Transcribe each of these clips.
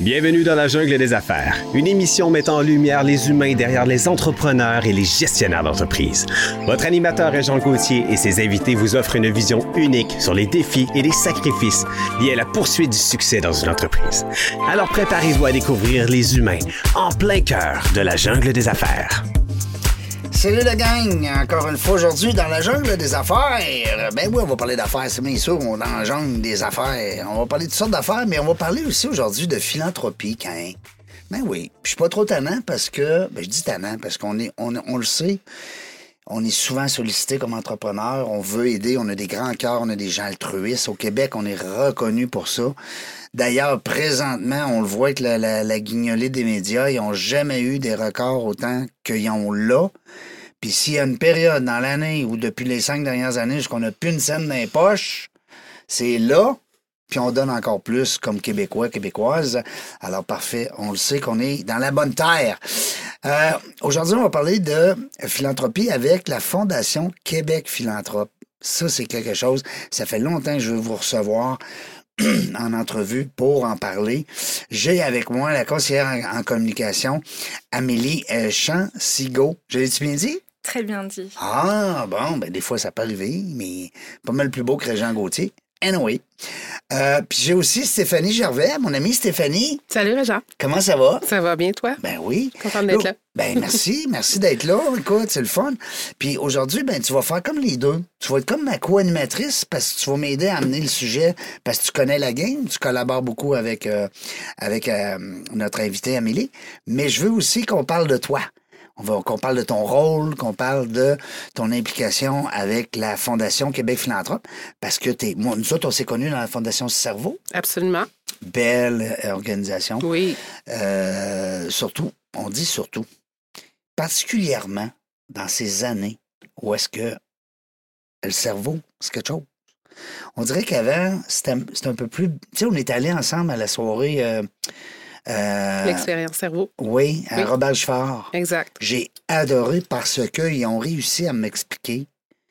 Bienvenue dans la jungle des affaires, une émission mettant en lumière les humains derrière les entrepreneurs et les gestionnaires d'entreprise. Votre animateur est Jean Gauthier et ses invités vous offrent une vision unique sur les défis et les sacrifices liés à la poursuite du succès dans une entreprise. Alors préparez-vous à découvrir les humains en plein cœur de la jungle des affaires. Salut la gang! Encore une fois aujourd'hui dans la jungle des affaires. Ben oui, on va parler d'affaires, c'est bien sûr, on est dans la jungle des affaires. On va parler de toutes sortes d'affaires, mais on va parler aussi aujourd'hui de philanthropie, hein? Ben oui, puis je suis pas trop tannant parce que... Ben je dis tannant parce qu'on on le sait, on est souvent sollicité comme entrepreneur, on veut aider, on a des grands cœurs, on a des gens altruistes. Au Québec, on est reconnu pour ça. D'ailleurs, présentement, on le voit avec la guignolée des médias, ils n'ont jamais eu des records autant qu'ils ont là. Puis s'il y a une période dans l'année ou depuis les 5 dernières années jusqu'on n'a plus une scène dans les poches, c'est là, puis on donne encore plus comme Québécois, Québécoises. Alors parfait, on le sait qu'on est dans la bonne terre. Aujourd'hui, on va parler de philanthropie avec la Fondation Québec Philanthrope. Ça, c'est quelque chose, ça fait longtemps que je veux vous recevoir en entrevue pour en parler. J'ai avec moi la conseillère en communication, Amélie Champ-Sigaud. Je l'ai-tu bien dit? Très bien dit. Ah, bon, ben des fois, ça peut arriver, mais pas mal plus beau que Régent Gauthier. Anyway. Puis j'ai aussi Stéphanie Gervais, mon amie Stéphanie. Salut, Régent. Comment ça va? Ça va bien, toi? Ben oui. Contente d'être là. Ben merci d'être là. Écoute, c'est le fun. Puis aujourd'hui, ben tu vas faire comme les deux. Tu vas être comme ma co-animatrice parce que tu vas m'aider à amener le sujet parce que tu connais la game, tu collabores beaucoup avec notre invitée Amélie. Mais je veux aussi qu'on parle de toi. Qu'on parle de ton rôle, qu'on parle de ton implication avec la Fondation Québec Philanthrope, parce que nous autres, on s'est connus dans la Fondation Cerveau. Absolument. Belle organisation. Oui. Surtout, particulièrement dans ces années où est-ce que le cerveau, c'est quelque chose. On dirait qu'avant, c'était un peu plus... Tu sais, on est allés ensemble à la soirée... L'expérience cerveau. Oui, à Robert-Giffard. Exact. J'ai adoré parce qu'ils ont réussi à m'expliquer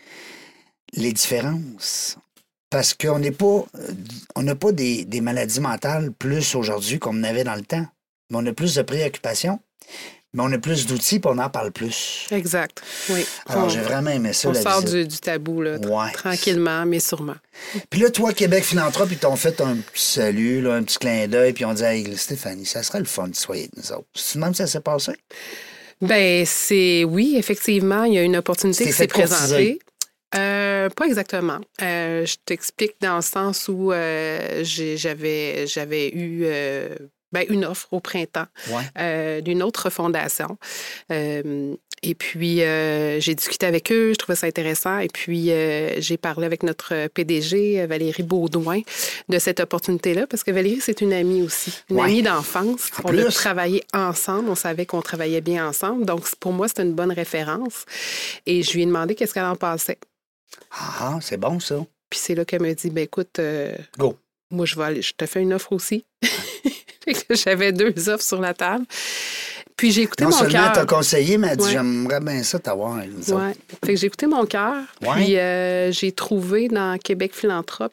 les différences. Parce qu'on n'a pas des maladies mentales plus aujourd'hui qu'on en avait dans le temps. Mais on a plus de préoccupations, mais on a plus d'outils et on en parle plus. Exact, oui. Alors, j'ai vraiment aimé ça, on la sort visite. Du tabou, là, ouais. Tranquillement, mais sûrement. Puis là, toi, Québec Philanthrope, ils t'ont fait un petit salut, là, un petit clin d'œil, puis on dit « Hey, Stéphanie, ça serait le fun de soyez avec nous autres. » C'est même ça s'est passé? Ben oui, effectivement, il y a une opportunité qui s'est présentée. Pas exactement. Je t'explique dans le sens où j'avais eu une offre au printemps d'une autre fondation. Et puis, j'ai discuté avec eux, je trouvais ça intéressant. Et puis, j'ai parlé avec notre PDG, Valérie Baudouin, de cette opportunité-là, parce que Valérie, c'est une amie aussi, une amie d'enfance. On a travaillé ensemble, on savait qu'on travaillait bien ensemble. Donc, pour moi, c'était une bonne référence. Et je lui ai demandé qu'est-ce qu'elle en pensait. Ah, c'est bon, ça. Puis c'est là qu'elle m'a dit, ben écoute, go. Moi, je te fais une offre aussi. J'avais 2 offres sur la table. Puis j'ai écouté mon cœur. Non seulement t'as conseillé, mais elle dit, j'aimerais bien ça t'avoir. Oui. Fait que j'ai écouté mon cœur. Puis j'ai trouvé dans Québec Philanthrope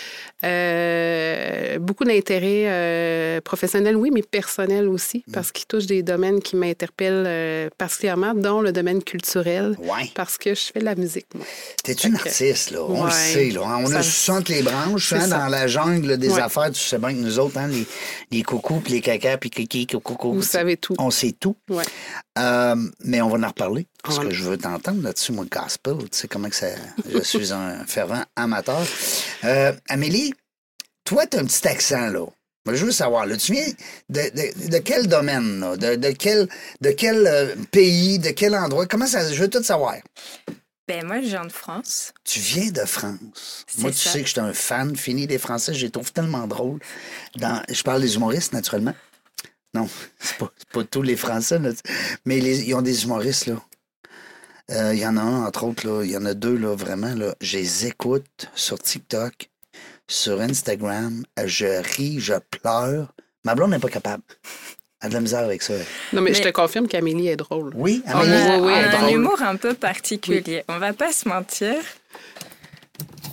beaucoup d'intérêt professionnel, oui, mais personnel aussi, parce qu'il touche des domaines qui m'interpellent particulièrement, dont le domaine culturel, parce que je fais de la musique, moi. T'es une artiste, là. On le sait, là. On a sous entre les branches, dans la jungle des affaires. Tu sais bien que nous autres, les coucous, puis les cacas, puis kiki, coucou. Vous savez tout. On sait tout. Ouais. Mais on va en reparler, parce que je veux t'entendre là-dessus, moi, le gospel. Tu sais comment que ça... Je suis un fervent amateur. Amélie, toi, tu as un petit accent, là. Je veux savoir, là, tu viens de quel domaine, là? De quel pays, de quel endroit? Comment ça... Je veux tout savoir. Ben, moi, je viens de France. Tu viens de France. C'est moi, tu sais que je suis un fan fini des Français. Je les trouve tellement drôles. Je parle des humoristes, naturellement. Non, c'est pas tous les Français, là. Mais ils ont des humoristes, là. Il y en a un, entre autres, là. Il y en a 2, là, vraiment, là. Je les écoute sur TikTok, sur Instagram. Je ris, je pleure. Ma blonde n'est pas capable. Elle a de la misère avec ça. Non, mais je te confirme qu'Amélie est drôle. Oui, Amélie. On a un humour un peu particulier. Oui. On va pas se mentir.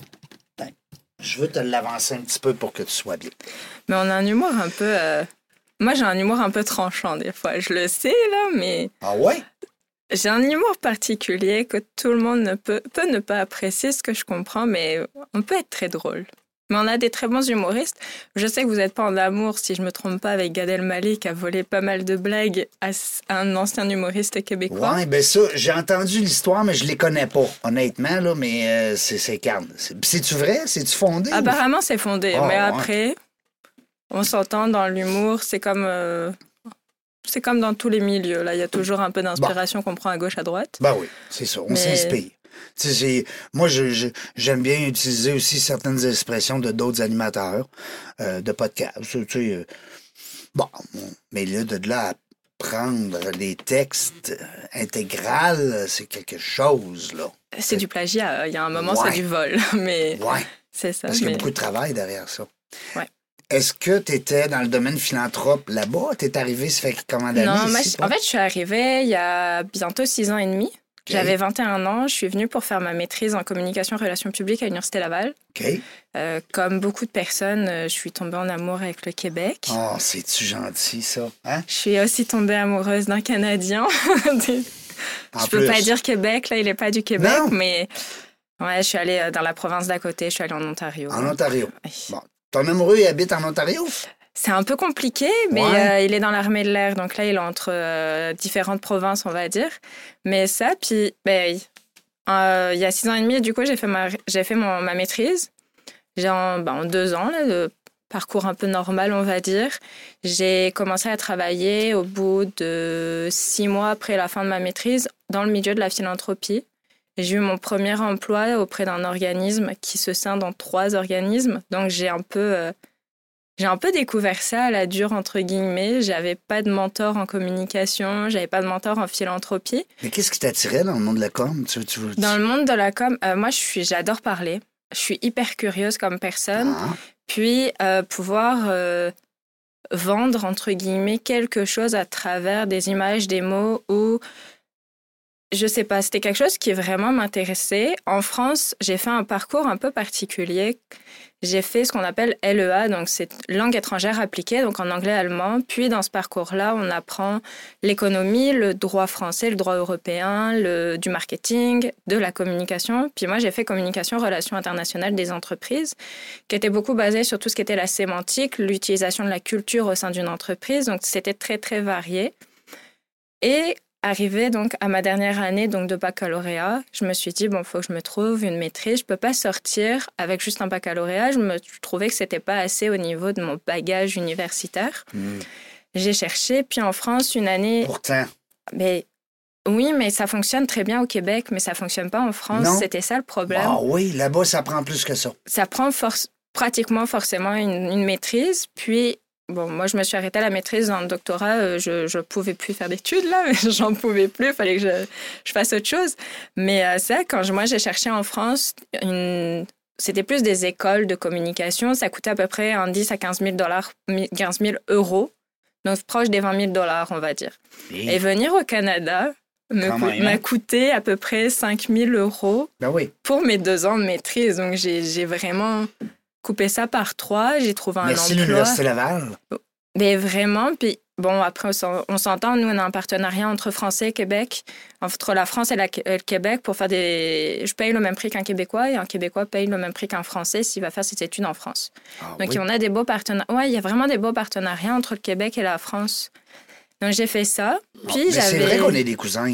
Ben, je veux te l'avancer un petit peu pour que tu sois bien. Mais on a un humour un peu Moi, j'ai un humour un peu tranchant des fois. Je le sais, là, mais... Ah ouais? J'ai un humour particulier que tout le monde peut ne pas apprécier, ce que je comprends, mais on peut être très drôle. Mais on a des très bons humoristes. Je sais que vous n'êtes pas en amour, si je ne me trompe pas, avec Gad Elmaleh, qui a volé pas mal de blagues à un ancien humoriste québécois. Oui, bien ça, j'ai entendu l'histoire, mais je les connais pas, honnêtement, là, mais c'est calme. C'est-tu vrai? C'est-tu fondé? Apparemment, c'est fondé, Ah, mais ouais. après, on s'entend dans l'humour, c'est comme dans tous les milieux. Là, il y a toujours un peu d'inspiration qu'on prend à gauche, à droite. Ben oui, c'est ça, on s'inspire. Tu sais, moi, j'aime bien utiliser aussi certaines expressions de d'autres animateurs de podcasts. Tu sais, bon, mais là, de là à prendre les textes intégrales, c'est quelque chose, là. C'est du plagiat. Il y a un moment, Ouais. c'est du vol, mais Ouais, c'est ça. parce qu'il y a mais- beaucoup de travail derrière ça. Ouais. Est-ce que tu étais dans le domaine philanthrope là-bas? Tu es arrivé, ça fait combien d'années Non, moi, ici, toi? en fait, je suis arrivée il y a bientôt 6 ans et demi. OK. J'avais 21 ans. Je suis venue pour faire ma maîtrise en communication et relations publiques à l'Université Laval. OK. Comme beaucoup de personnes, je suis tombée en amour avec le Québec. Oh, c'est-tu gentil, ça? Hein? Je suis aussi tombée amoureuse d'un Canadien. En Je peux plus. pas dire Québec, là, il est pas du Québec, Non. mais ouais, je suis allée dans la province d'à côté, je suis allée en Ontario. En Ontario. Ouais. Bon. Ton amoureux, il habite en Ontario? C'est un peu compliqué, mais Ouais. il est dans l'armée de l'air, donc là, il est entre différentes provinces, on va dire. Mais ça, puis il y a 6 ans et demi, du coup, j'ai fait ma maîtrise. En 2 ans, là, de parcours un peu normal, on va dire. J'ai commencé à travailler au bout de 6 mois après la fin de ma maîtrise dans le milieu de la philanthropie. J'ai eu mon premier emploi auprès d'un organisme qui se scinde en 3 organismes. Donc, j'ai un peu découvert ça à la dure, entre guillemets. J'avais pas de mentor en communication, j'avais pas de mentor en philanthropie. Mais qu'est-ce qui t'attirait dans le monde de la com? Dans le monde de la com, moi, j'adore parler. Je suis hyper curieuse comme personne. Ah, Puis, pouvoir vendre, entre guillemets, quelque chose à travers des images, des mots ou... Je sais pas, c'était quelque chose qui vraiment m'intéressait. En France, j'ai fait un parcours un peu particulier. J'ai fait ce qu'on appelle LEA, donc c'est langue étrangère appliquée, donc en anglais-allemand. Puis dans ce parcours-là, on apprend l'économie, le droit français, le droit européen, du marketing, de la communication. Puis moi, j'ai fait communication, relations internationales des entreprises, qui était beaucoup basée sur tout ce qui était la sémantique, l'utilisation de la culture au sein d'une entreprise. Donc c'était très, très varié. Et arrivée donc à ma dernière année donc de baccalauréat, je me suis dit, bon, il faut que je me trouve une maîtrise. Je ne peux pas sortir avec juste un baccalauréat. Je trouvais que ce n'était pas assez au niveau de mon bagage universitaire. J'ai cherché, puis en France, une année... Pourtant. Mais oui, mais ça fonctionne très bien au Québec, mais ça ne fonctionne pas en France. Non. C'était ça le problème. Ah oui, là-bas, ça prend plus que ça. Ça prend pratiquement forcément une maîtrise, puis... Bon, moi, je me suis arrêtée à la maîtrise dans le doctorat. Je pouvais plus faire d'études, là. J'en pouvais plus. Il fallait que je fasse autre chose. Mais ça, moi, j'ai cherché en France, c'était plus des écoles de communication. Ça coûtait à peu près 10 à 15 000 euros. Donc, proche des 20 000 $, on va dire. Et venir au Canada m'a coûté à peu près 5 000 euros Ben oui. pour mes 2 ans de maîtrise. Donc, j'ai vraiment... coupé ça par 3, j'ai trouvé un Merci emploi. l'Université Laval. Mais vraiment, puis bon, après, on s'entend, nous, on a un partenariat entre Français et Québec, entre la France et le Québec pour faire Je paye le même prix qu'un Québécois et un Québécois paye le même prix qu'un Français s'il va faire ses études en France. Ah, Donc, oui. on a des beaux partenariats. Ouais, il y a vraiment des beaux partenariats entre le Québec et la France. Donc, j'ai fait ça. Puis, Mais c'est vrai qu'on est des cousins.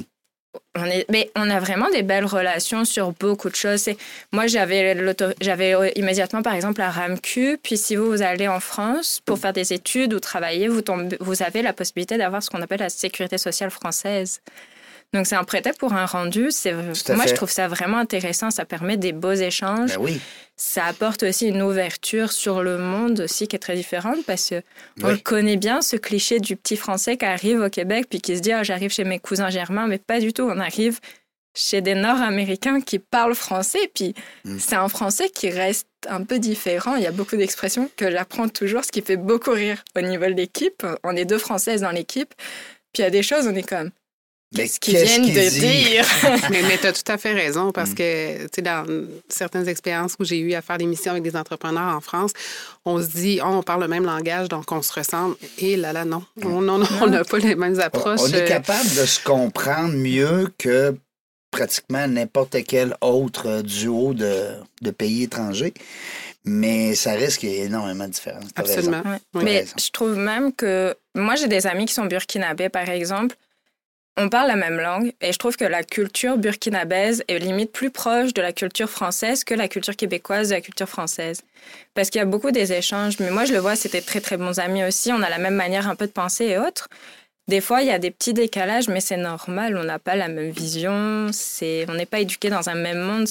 On a vraiment des belles relations sur beaucoup de choses. Moi, j'avais immédiatement, par exemple, la RAMQ. Puis, si vous allez en France pour faire des études ou travailler, vous avez la possibilité d'avoir ce qu'on appelle la sécurité sociale française. Donc, c'est un prétexte pour un rendu. Moi, je trouve ça vraiment intéressant. Ça permet des beaux échanges. Ben oui. Ça apporte aussi une ouverture sur le monde aussi qui est très différente parce qu'on le connaît bien, ce cliché du petit Français qui arrive au Québec puis qui se dit « j'arrive chez mes cousins germains », mais pas du tout. On arrive chez des Nord-Américains qui parlent français puis c'est un français qui reste un peu différent. Il y a beaucoup d'expressions que j'apprends toujours, ce qui fait beaucoup rire au niveau de l'équipe. On est 2 Françaises dans l'équipe. Puis il y a des choses, on est comme Mais ce qu'ils viennent de dire. Mais tu as tout à fait raison parce que, tu sais, dans certaines expériences où j'ai eu à faire des missions avec des entrepreneurs en France, on se dit, on parle le même langage, donc on se ressemble. Et là, non. On n'a pas les mêmes approches. On est capable de se comprendre mieux que pratiquement n'importe quel autre duo de pays étrangers. Mais ça reste qu'il y a énormément de différences. Absolument. Ouais. Oui. Mais je trouve même que... Moi, j'ai des amis qui sont burkinabés, par exemple. On parle la même langue et je trouve que la culture burkinabèse est limite plus proche de la culture française que la culture québécoise de la culture française. Parce qu'il y a beaucoup des échanges. Mais moi, je le vois, c'était très, très bons amis aussi. On a la même manière un peu de penser et autres. Des fois, il y a des petits décalages, mais c'est normal. On n'a pas la même vision. On n'est pas éduqués dans un même monde.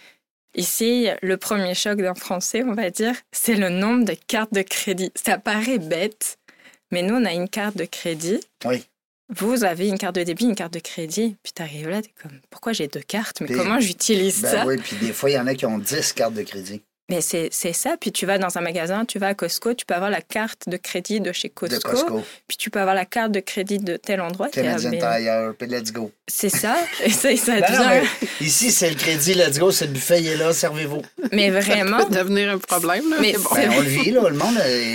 Ici, le premier choc d'un Français, on va dire, c'est le nombre de cartes de crédit. Ça paraît bête, mais nous, on a une carte de crédit. Oui. Vous avez une carte de débit, une carte de crédit, puis tu arrives là, tu es comme, pourquoi j'ai 2 cartes? Mais comment j'utilise ça? Oui, puis des fois, il y en a qui ont 10 cartes de crédit. Mais c'est ça. Puis tu vas dans un magasin, tu vas à Costco, tu peux avoir la carte de crédit de chez Costco. Puis tu peux avoir la carte de crédit de tel endroit. Canadian Tire, puis let's go. C'est ça. Et ça devient... ici, c'est le crédit, let's go, c'est le buffet, il est là, servez-vous. Mais vraiment. Ça peut devenir un problème. Là, mais bon. On le vit, là. Le monde,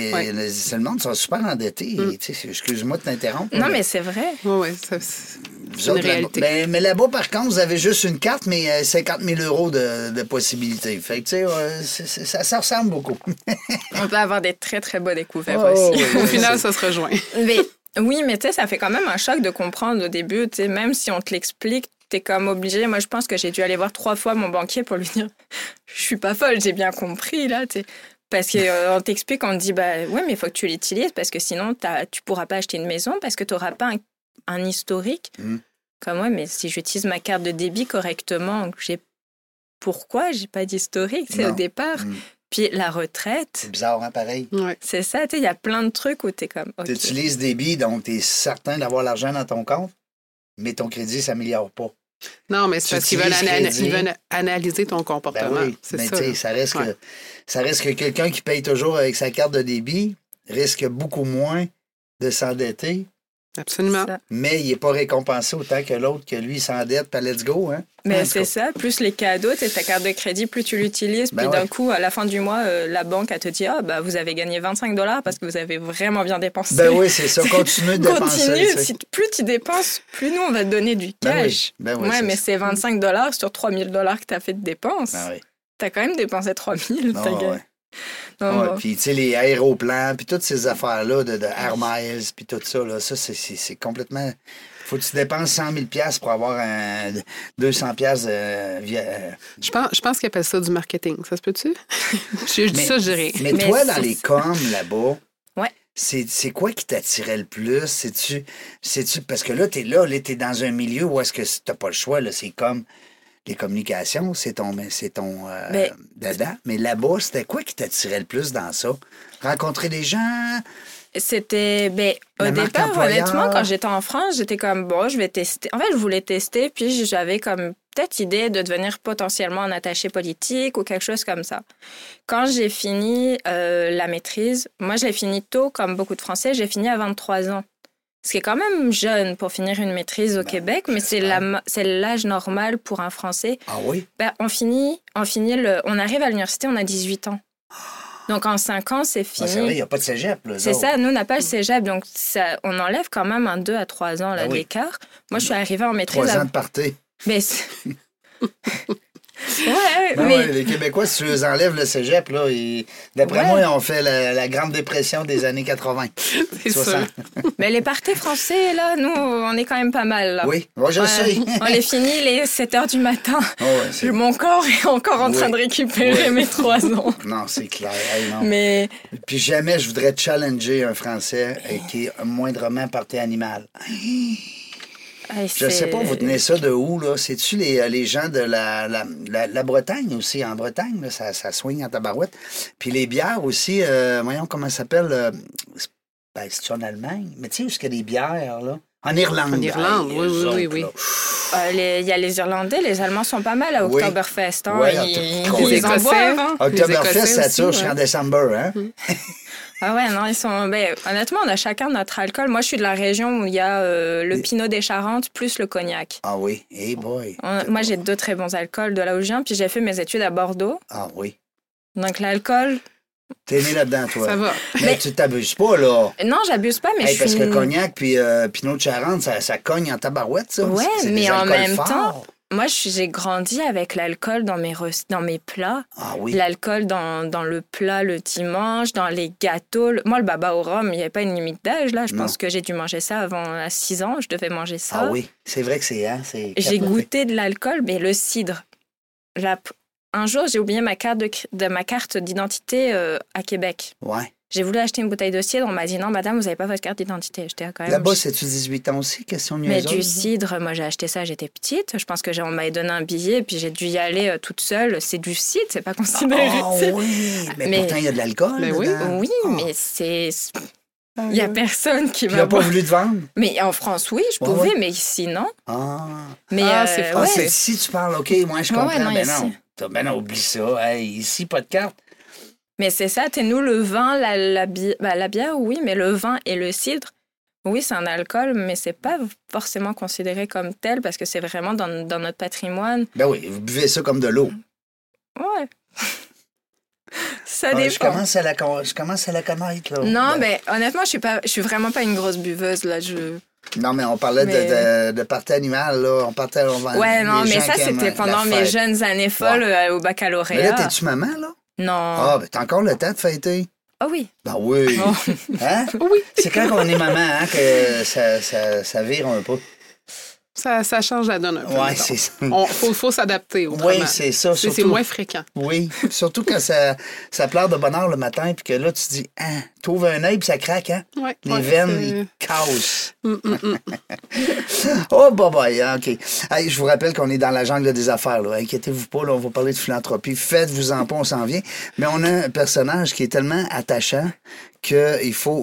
le monde sont super endettés. Excuse-moi de t'interrompre. Non, mais c'est vrai. Oui, c'est une réalité. Mais là-bas, par contre, vous avez juste une carte, mais 50 000 € de possibilités. Fait que, tu sais, ça ressemble beaucoup. On peut avoir des très, très beaux découvertes aussi. Oui, au final, ça se rejoint. Mais, oui, mais tu sais, ça fait quand même un choc de comprendre au début. Tu sais, même si on te l'explique, t'es comme obligé. Moi, je pense que j'ai dû aller voir 3 fois mon banquier pour lui dire « Je suis pas folle, j'ai bien compris, là. » Parce qu'on t'explique, on te dit « Ouais, mais il faut que tu l'utilises parce que sinon, tu pourras pas acheter une maison parce que tu n'auras pas un historique. Comme, ouais, mais si j'utilise ma carte de débit correctement, pourquoi j'ai pas d'historique, c'est au départ. Puis la retraite. C'est bizarre, hein, pareil. Ouais. C'est ça, tu sais, il y a plein de trucs où t'es comme. Okay. Tu utilises débit, donc tu es certain d'avoir l'argent dans ton compte, mais ton crédit ne s'améliore pas. Non, mais c'est parce qu'ils veulent analyser ton comportement. Ben oui, c'est mais ça. Ça reste que quelqu'un qui paye toujours avec sa carte de débit risque beaucoup moins de s'endetter. Absolument. Mais il n'est pas récompensé autant que l'autre, que lui, il s'endette, puis let's go. Hein? Mais c'est ça. Plus les cadeaux, c'est ta carte de crédit, plus tu l'utilises. Puis d'un coup, à la fin du mois, la banque, elle te dit vous avez gagné 25 $ parce que vous avez vraiment bien dépensé. Ben oui, c'est ça. Continue de dépenser. Plus tu dépenses, plus nous, on va te donner du cash. Mais c'est 25 $ sur 3 000 $ que tu as fait de dépenses. Ben oui. Tu as quand même dépensé 3 000. Puis, tu sais, les aéroplans, puis toutes ces affaires-là de Air Miles, puis tout ça, là, ça, c'est complètement... Faut que tu dépenses 100 000 $ pour avoir 200 $. Je pense qu'ils appellent ça du marketing. Ça se peut-tu? Je dis ça, je dirais. Mais toi, dans les coms, là-bas, ouais. C'est quoi qui t'attirait le plus? C'est-tu parce que là, t'es dans un milieu où est-ce que t'as pas le choix, là, c'est comme... Les communications, c'est ton dada. Mais là-bas, c'était quoi qui t'attirait le plus dans ça? Rencontrer des gens? C'était... au départ, honnêtement, quand j'étais en France, j'étais comme, je vais tester. En fait, je voulais tester, puis j'avais comme peut-être idée de devenir potentiellement un attaché politique ou quelque chose comme ça. Quand j'ai fini la maîtrise, moi, je l'ai fini tôt, comme beaucoup de Français, j'ai fini à 23 ans. Ce qui est quand même jeune pour finir une maîtrise au Québec, mais c'est l'âge normal pour un Français. Ah oui? On arrive à l'université, on a 18 ans. Donc, en 5 ans, c'est fini. C'est vrai, il n'y a pas de cégep. C'est ça, nous, on n'a pas le cégep. Donc, on enlève quand même 2 à 3 ans d'écart. Moi, je suis arrivée en maîtrise... 3 ans de party. Mais... Les Québécois, si tu les enlèves le cégep, là, d'après moi, ils ont fait la Grande Dépression des années 80. C'est 60. Mais les parties français, là, nous, on est quand même pas mal. Là. Oui, moi, je sais. On les finit les 7 h du matin. Mon corps est encore en train de récupérer mes 3 ans. Non, c'est clair. Hey, non. Mais... Puis jamais je voudrais challenger un Français qui est moindrement party animal. Je sais pas, vous tenez ça de où, là? C'est-tu les gens de la Bretagne aussi? En Bretagne, là, ça swing en tabarouette. Puis les bières aussi, voyons comment ça s'appelle. C'est en Allemagne. Mais tu sais, où est-ce qu'il y a des bières, là? En Irlande. En Irlande, Hey, oui, eux oui, autres, oui. là. Il y a les Irlandais, les Allemands sont pas mal à Oui. Oktoberfest. Hein? Oui, Ils en Écossais, boivent. Hein? Oktoberfest, ça aussi, dure jusqu'en ouais. décembre, hein? Ah ouais, non, ils sont... Ben, honnêtement, on a chacun notre alcool. Moi, je suis de la région où il y a le Pinot des Charentes plus le cognac. Ah oui, hey boy. Moi, j'ai 2 très bons alcools de là où je viens, puis j'ai fait mes études à Bordeaux. Ah oui. Donc, l'alcool... T'es né là-dedans, toi. Ça va. Mais tu t'abuses pas, là. Non, j'abuse pas, mais Hey, je parce suis... que cognac puis Pinot de Charente, ça cogne en tabarouette, ça. Ouais, C'est mais des en alcools même forts. temps, moi, j'ai grandi avec l'alcool dans mes plats. Ah oui. L'alcool dans le plat le dimanche, dans les gâteaux. Moi, le baba au rhum, il n'y avait pas une limite d'âge. Là. Je Non. pense que j'ai dû manger ça à 6 ans. Je devais manger ça. Ah oui, c'est vrai que c'est... Hein, c'est J'ai capoté. goûté de l'alcool, mais le cidre. Un jour, j'ai oublié ma carte d'identité à Québec. Ouais. J'ai voulu acheter une bouteille de cidre. On m'a dit non, madame, vous n'avez pas votre carte d'identité. J'étais quand même... Là-bas, c'est-tu 18 ans aussi, question Mais niaiseuse? du cidre, moi j'ai acheté ça, j'étais petite. Je pense que on m'avait donné un billet, puis j'ai dû y aller toute seule. C'est du cidre, c'est pas considéré. Ah tu sais. oui, mais Mais- pourtant, il y a de l'alcool Ben oui. dedans. Oui, Ah. mais il y a personne qui Tu va n'as pas boire. voulu te vendre? Mais en France, oui, je Ouais, pouvais, ouais. mais ici, non. Ah. Mais c'est Ah, ouais. c'est ici tu parles, OK, moi je Ouais, comprends. ouais, non, ben ici. non. Ben non, oublie ça. Hey, ici, pas de carte. Mais c'est ça, nous, le vin, la bière, oui, mais le vin et le cidre, oui, c'est un alcool, mais c'est pas forcément considéré comme tel parce que c'est vraiment dans notre patrimoine. Ben oui, vous buvez ça comme de l'eau. Ouais. Ça Ah, dépend. je commence à la connaître, là. Non, Ben- mais honnêtement, je suis vraiment pas une grosse buveuse, là. Non, mais on parlait de partie animale, là. Ouais, non, mais ça, c'était pendant mes jeunes années folles au Mais là, baccalauréat. t'es-tu maman, là? Non. Ah, ben t'as encore le temps de fêter. Ah oui. Ben oui. Oh. Hein? Oui. C'est quand on est maman, hein, que ça vire un peu. Ça change la donne un peu. Ouais, mettons. c'est ça. Faut s'adapter autrement. Oui, c'est ça. C'est surtout- moins fréquent. Oui, surtout quand ça pleure de bonheur le matin, puis que là, tu te dis, ah, t'ouvres un œil, puis ça craque, hein? Ouais, Les ouais, veines, c'est- ils cassent. Oh, bye, OK. Hey, je vous rappelle qu'on est dans la jungle des affaires, là. Inquiétez-vous pas, là, on va parler de philanthropie. Faites-vous-en pas, on s'en vient. Mais on a un personnage qui est tellement attachant qu'il faut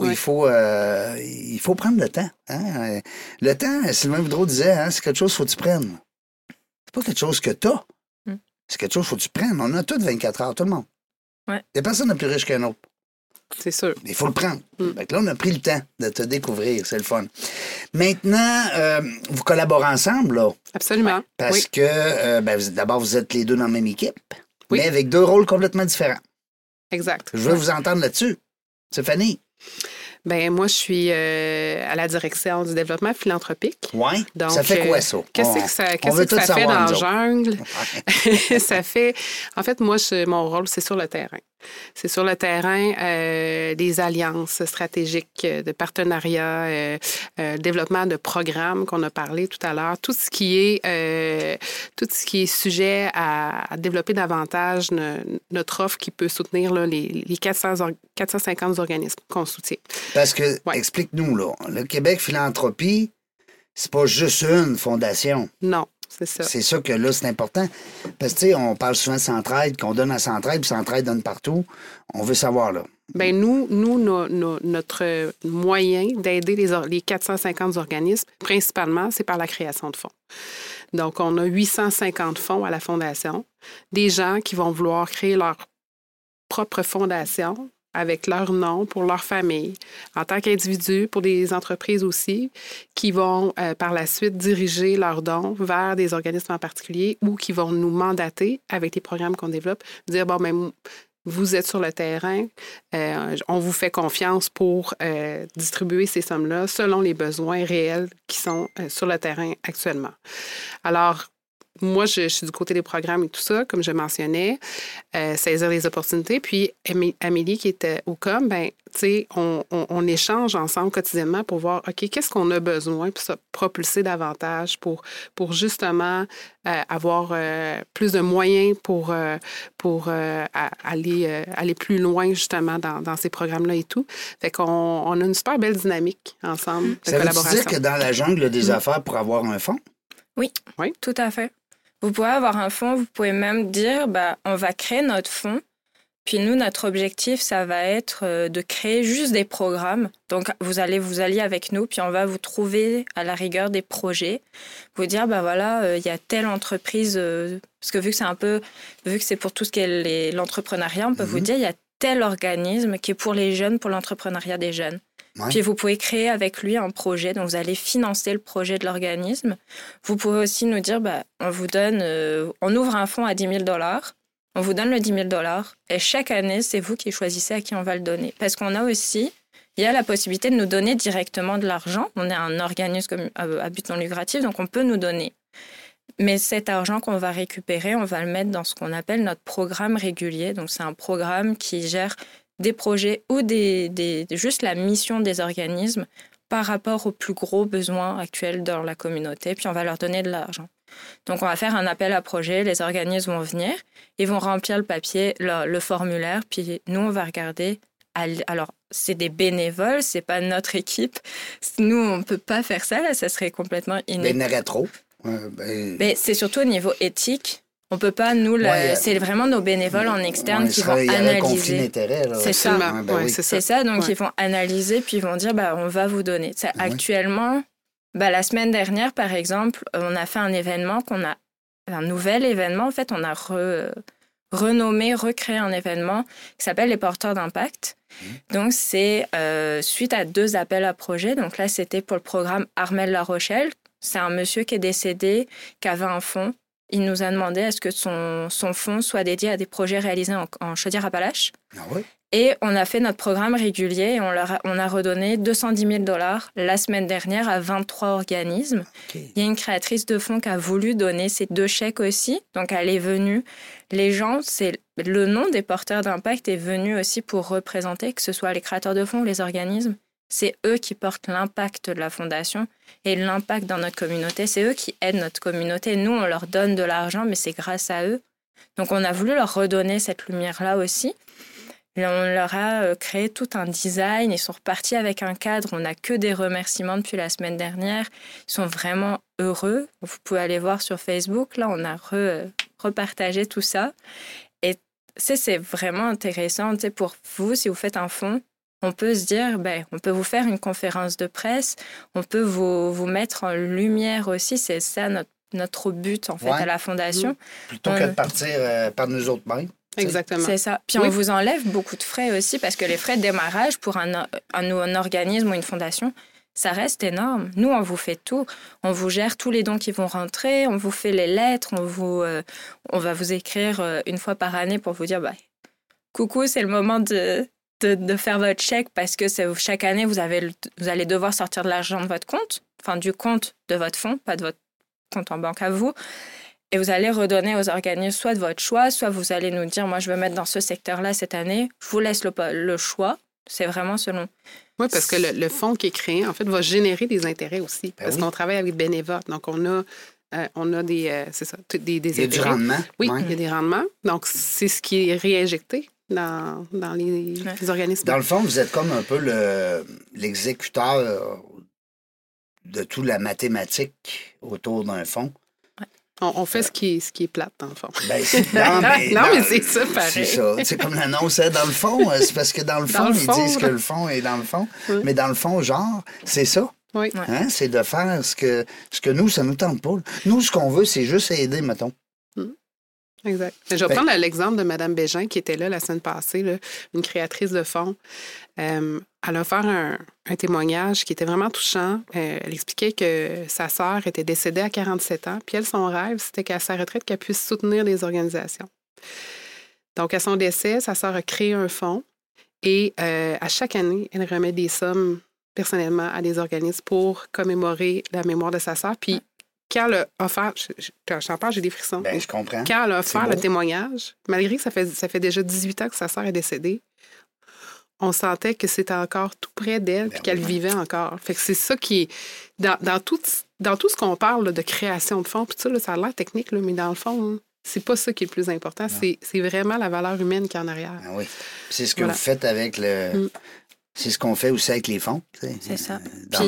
prendre le temps. Hein? Le temps, Sylvain Boudreau disait, hein, c'est quelque chose qu'il faut que tu prennes. C'est pas quelque chose que t'as. C'est quelque chose qu'il faut que tu prennes. On a tous 24 heures, tout le monde. Ouais. Il n'y a personne de plus riche qu'un autre. C'est sûr. Il faut le prendre. Fait que là, on a pris le temps de te découvrir. C'est le fun. Maintenant, vous collaborez ensemble, là. Absolument. Parce Oui. que, d'abord, vous êtes les deux dans la même équipe, Oui. mais avec deux rôles complètement différents. Exact. Je veux vous entendre là-dessus. Stéphanie. Ben moi, je suis à la direction du développement philanthropique. Oui. Donc, Ça fait quoi, ça? Qu'est-ce veut que ça tout fait savoir, dans nous la autres. jungle? Ça fait... En fait, moi, mon rôle, c'est sur le terrain. C'est sur le terrain des alliances stratégiques de partenariat, développement de programmes qu'on a parlé tout à l'heure, tout ce qui est sujet à développer davantage notre offre qui peut soutenir là, les 450 organismes qu'on soutient. Parce que, Ouais. explique-nous, là, le Québec Philanthropie, c'est pas juste une fondation. Non, c'est ça. C'est ça que là, c'est important. Parce que, tu sais, on parle souvent de Centraide, qu'on donne à Centraide, puis Centraide donne partout. On veut savoir, là. Ben notre moyen d'aider les 450 organismes, principalement, c'est par la création de fonds. Donc, on a 850 fonds à la Fondation, des gens qui vont vouloir créer leur propre fondation avec leur nom pour leur famille, en tant qu'individu, pour des entreprises aussi, qui vont par la suite diriger leurs dons vers des organismes en particulier ou qui vont nous mandater avec les programmes qu'on développe, dire, bon, ben, vous êtes sur le terrain, on vous fait confiance pour distribuer ces sommes-là selon les besoins réels qui sont sur le terrain actuellement. Alors, moi, je suis du côté des programmes et tout ça, comme je mentionnais, saisir les opportunités. Puis, Amélie, qui était au COM, ben, tu sais, on échange ensemble quotidiennement pour voir, OK, qu'est-ce qu'on a besoin pour se propulser davantage, pour justement avoir plus de moyens pour aller plus loin, justement, dans ces programmes-là et tout. Fait qu'on a une super belle dynamique ensemble de Ça veut collaboration. dire que dans la jungle des affaires, pour avoir un fonds, Oui, tout à fait. Vous pouvez avoir un fonds, vous pouvez même dire, on va créer notre fonds, Puis nous, notre objectif, ça va être de créer juste des programmes. Donc, vous allez vous allier avec nous, puis on va vous trouver à la rigueur des projets. Vous dire, voilà, il y a telle entreprise, parce que vu que c'est pour tout ce qui est l'entrepreneuriat, on peut vous dire, il y a tel organisme qui est pour les jeunes, pour l'entrepreneuriat des jeunes. Ouais. Puis vous pouvez créer avec lui un projet, donc vous allez financer le projet de l'organisme. Vous pouvez aussi nous dire, on vous donne, on ouvre un fonds à 10 000 $. On vous donne le 10 000 $ et chaque année, c'est vous qui choisissez à qui on va le donner. Parce qu'on a aussi, il y a la possibilité de nous donner directement de l'argent. On est un organisme à but non lucratif, donc on peut nous donner. Mais cet argent qu'on va récupérer, on va le mettre dans ce qu'on appelle notre programme régulier. Donc c'est un programme qui gère des projets ou juste la mission des organismes par rapport aux plus gros besoins actuels dans la communauté. Puis on va leur donner de l'argent. Donc, on va faire un appel à projet. Les organismes vont venir, ils vont remplir le papier, le formulaire, puis nous, on va regarder. Alors, c'est des bénévoles, c'est pas notre équipe. Nous, on ne peut pas faire ça, là, ça serait complètement inutile. Mais rétro. Mais c'est surtout au niveau éthique. On peut pas, nous, c'est vraiment nos bénévoles en externe qui vont analyser. Conflit d'intérêt, là. C'est ça. C'est ça. Donc, ils vont analyser, puis ils vont dire, on va vous donner. Actuellement... la semaine dernière, par exemple, on a fait un événement un nouvel événement. En fait, on a recréé un événement qui s'appelle les porteurs d'impact. Donc, c'est suite à 2 appels à projets. Donc là, c'était pour le programme Armel La Rochelle. C'est un monsieur qui est décédé, qui avait un fonds. Il nous a demandé à ce que son fonds soit dédié à des projets réalisés en Chaudière-Appalaches. Ah oui? Et on a fait notre programme régulier et on a redonné 210 000 $ la semaine dernière à 23 organismes. Okay. Il y a une créatrice de fonds qui a voulu donner ces 2 chèques aussi. Donc, elle est venue. Les gens, le nom des porteurs d'impact est venu aussi pour représenter, que ce soit les créateurs de fonds ou les organismes. C'est eux qui portent l'impact de la fondation et l'impact dans notre communauté. C'est eux qui aident notre communauté. Nous, on leur donne de l'argent, mais c'est grâce à eux. Donc, on a voulu leur redonner cette lumière-là aussi. Et on leur a créé tout un design. Ils sont repartis avec un cadre. On n'a que des remerciements depuis la semaine dernière. Ils sont vraiment heureux. Vous pouvez aller voir sur Facebook. Là, on a repartagé tout ça. Et c'est vraiment intéressant pour vous, si vous faites un fonds. On peut se dire, on peut vous faire une conférence de presse. On peut vous mettre en lumière aussi. C'est ça notre but, en fait, à la Fondation. Plutôt que de partir par nous autres mêmes. Exactement. C'est ça. Puis on vous enlève beaucoup de frais aussi parce que les frais de démarrage pour un organisme ou une fondation, ça reste énorme. Nous, on vous fait tout. On vous gère tous les dons qui vont rentrer. On vous fait les lettres. On va vous écrire une fois par année pour vous dire coucou, c'est le moment de faire votre chèque parce que chaque année, vous allez devoir sortir de l'argent de votre compte, enfin du compte de votre fonds, pas de votre compte en banque à vous. Et vous allez redonner aux organismes soit de votre choix, soit vous allez nous dire, moi, je veux mettre dans ce secteur-là cette année. Je vous laisse le choix. C'est vraiment selon. Oui, parce que le fonds qui est créé, en fait, va générer des intérêts aussi. Parce qu'on travaille avec des bénévoles. Donc, on a des, c'est ça, des il y a intérêts. Du rendement. Oui, il y a des rendements. Donc, c'est ce qui est réinjecté dans les organismes. Dans le fond, vous êtes comme un peu l'exécuteur de toute la mathématique autour d'un fonds. On fait ce qui est plate, dans le fond. Mais c'est ça, pareil. C'est ça. C'est comme l'annonce, dans le fond. C'est parce que dans le fond, ils disent que le fond est dans le fond. Oui. Mais dans le fond, c'est ça. Oui. Hein? C'est de faire ce que nous, ça nous tente pas. Nous, ce qu'on veut, c'est juste aider, mettons. Exact. Je vais prendre l'exemple de Mme Bégin qui était là la semaine passée, là, une créatrice de fonds. Elle a fait un témoignage qui était vraiment touchant. Elle expliquait que sa sœur était décédée à 47 ans, puis elle, son rêve, c'était qu'à sa retraite, qu'elle puisse soutenir des organisations. Donc, à son décès, sa sœur a créé un fonds et à chaque année, elle remet des sommes personnellement à des organismes pour commémorer la mémoire de sa sœur. Puis, quand elle a offert, j'en parle, j'ai des frissons. Je comprends. Quand elle a offert le témoignage, malgré que ça fait déjà 18 ans que sa sœur est décédée, on sentait que c'était encore tout près d'elle et qu'elle vivait encore. Fait que c'est ça qui est... Dans tout ce qu'on parle là, de création de fonds, puis ça, là, ça a l'air technique, là, mais dans le fond, c'est pas ça qui est le plus important. C'est vraiment la valeur humaine qui est en arrière. Ah oui. C'est ce que vous faites avec le... C'est ce qu'on fait aussi avec les fonds. C'est ça.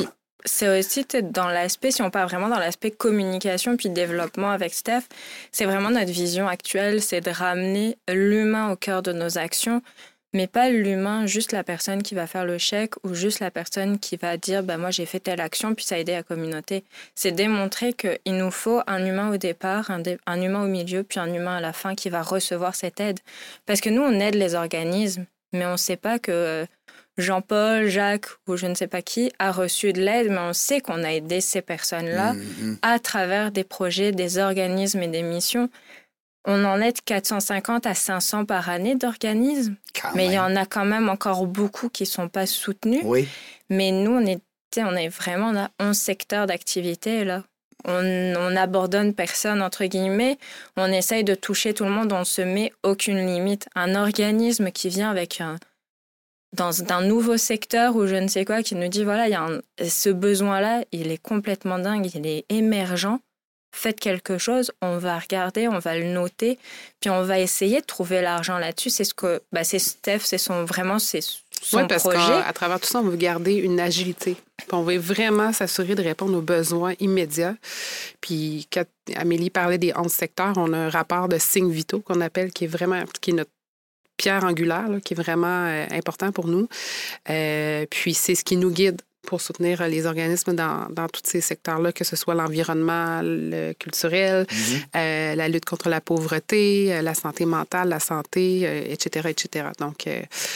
c'est aussi peut-être dans l'aspect, si on parle vraiment dans l'aspect communication puis développement avec Steph, c'est vraiment notre vision actuelle, c'est de ramener l'humain au cœur de nos actions, mais pas l'humain, juste la personne qui va faire le chèque ou juste la personne qui va dire ben moi j'ai fait telle action puis ça a aidé la communauté. C'est démontrer qu'il nous faut un humain au départ, un humain au milieu puis un humain à la fin qui va recevoir cette aide. Parce que nous, on aide les organismes, mais on ne sait pas que Jean-Paul, Jacques ou je ne sais pas qui a reçu de l'aide, mais on sait qu'on a aidé ces personnes-là à travers des projets, des organismes et des missions. On en aide 450 à 500 par année d'organismes, mais il y en a quand même encore beaucoup qui ne sont pas soutenus. Oui. Mais nous, on est vraiment, on a 11 secteurs d'activité, là. On n'abandonne personne, entre guillemets. On essaye de toucher tout le monde, on ne se met aucune limite. Un organisme qui vient avec d'un nouveau secteur ou je ne sais quoi, qui nous dit, voilà, il y a ce besoin-là, il est complètement dingue, il est émergent. Faites quelque chose, on va regarder, on va le noter, puis on va essayer de trouver l'argent là-dessus. C'est ce que, c'est Steph, c'est son projet. Oui, parce qu'à travers tout ça, on veut garder une agilité. Puis on veut vraiment s'assurer de répondre aux besoins immédiats. Puis quand Amélie parlait des 11 secteurs, on a un rapport de signes vitaux qu'on appelle, qui est notre pierre angulaire, là, qui est vraiment important pour nous. Puis c'est ce qui nous guide pour soutenir les organismes dans tous ces secteurs-là, que ce soit l'environnement, le culturel, la lutte contre la pauvreté, la santé mentale, la santé, etc., etc. Donc,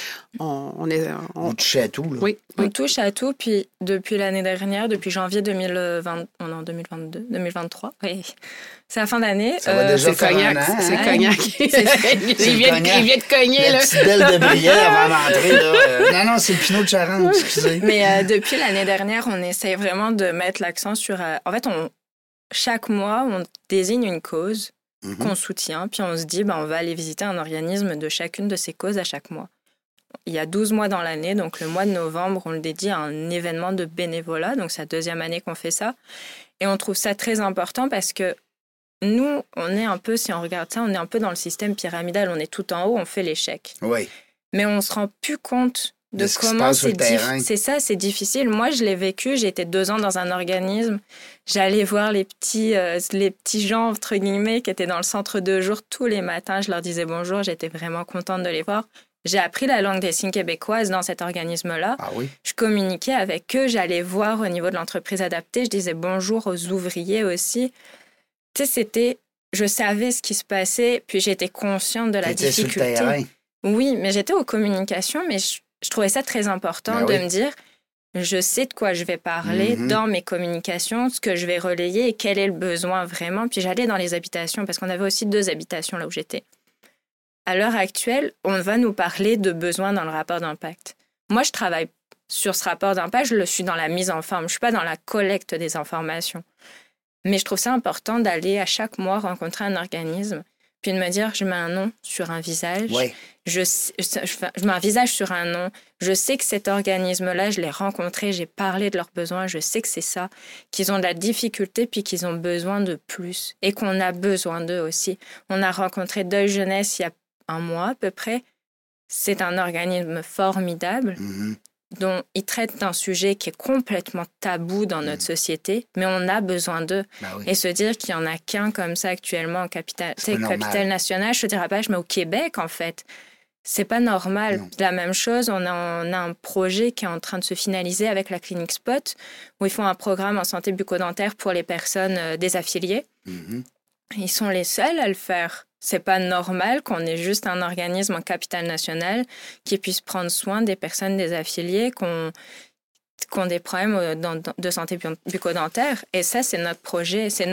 on touche à tout, là. Oui. On touche à tout, puis depuis l'année dernière, depuis janvier 2023, oui. C'est la fin d'année. Ça va déjà faire cognac, un an. C'est cognac. Il vient de cogner, la là. petite belle de brillet avant d'entrer, là. Non, c'est le Pinot de Charente, excusez. Mais depuis l'année dernière, on essaie vraiment de mettre l'accent sur... en fait, chaque mois, on désigne une cause qu'on soutient, puis on se dit, on va aller visiter un organisme de chacune de ces causes à chaque mois. Il y a 12 mois dans l'année, donc le mois de novembre, on le dédie à un événement de bénévolat, donc c'est la 2e année qu'on fait ça. Et on trouve ça très important parce que nous, on est un peu, si on regarde ça, on est un peu dans le système pyramidal. On est tout en haut, on fait les chèques. Oui. Mais on ne se rend plus compte de ce qui se comment passe sur le terrain. C'est ça, c'est difficile. Moi, je l'ai vécu. J'ai été 2 ans dans un organisme. J'allais voir les petits gens, entre guillemets, qui étaient dans le centre de jour tous les matins. Je leur disais bonjour. J'étais vraiment contente de les voir. J'ai appris la langue des signes québécoise dans cet organisme-là. Ah oui? Je communiquais avec eux. J'allais voir au niveau de l'entreprise adaptée. Je disais bonjour aux ouvriers aussi. Tu sais, je savais ce qui se passait, puis j'étais consciente de la difficulté. Sur le terrain. Oui, mais j'étais aux communications, mais je trouvais ça très important de me dire, je sais de quoi je vais parler dans mes communications, ce que je vais relayer et quel est le besoin vraiment. Puis j'allais dans les habitations, parce qu'on avait aussi 2 habitations là où j'étais. À l'heure actuelle, on va nous parler de besoins dans le rapport d'impact. Moi, je travaille sur ce rapport d'impact, je suis dans la mise en forme, je ne suis pas dans la collecte des informations. Mais je trouve ça important d'aller à chaque mois rencontrer un organisme, puis de me dire, je mets un nom sur un visage. Oui. Je mets un visage sur un nom. Je sais que cet organisme-là, je l'ai rencontré, j'ai parlé de leurs besoins, je sais que c'est ça, qu'ils ont de la difficulté, puis qu'ils ont besoin de plus, et qu'on a besoin d'eux aussi. On a rencontré Deuil Jeunesse il y a 1 mois à peu près. C'est un organisme formidable. Dont ils traitent d'un sujet qui est complètement tabou dans notre société, mais on a besoin d'eux. Oui. Et se dire qu'il n'y en a qu'un comme ça actuellement en capitale nationale, je te dirais pas, mais au Québec, en fait, c'est pas normal. Non. La même chose, on a un projet qui est en train de se finaliser avec la clinique Spot, où ils font un programme en santé bucco-dentaire pour les personnes désaffiliées. Ils sont les seuls à le faire. C'est pas normal qu'on ait juste un organisme en capitale nationale qui puisse prendre soin des personnes désaffiliées qui ont des problèmes de santé bucco-dentaire. Et ça, c'est notre projet, c'est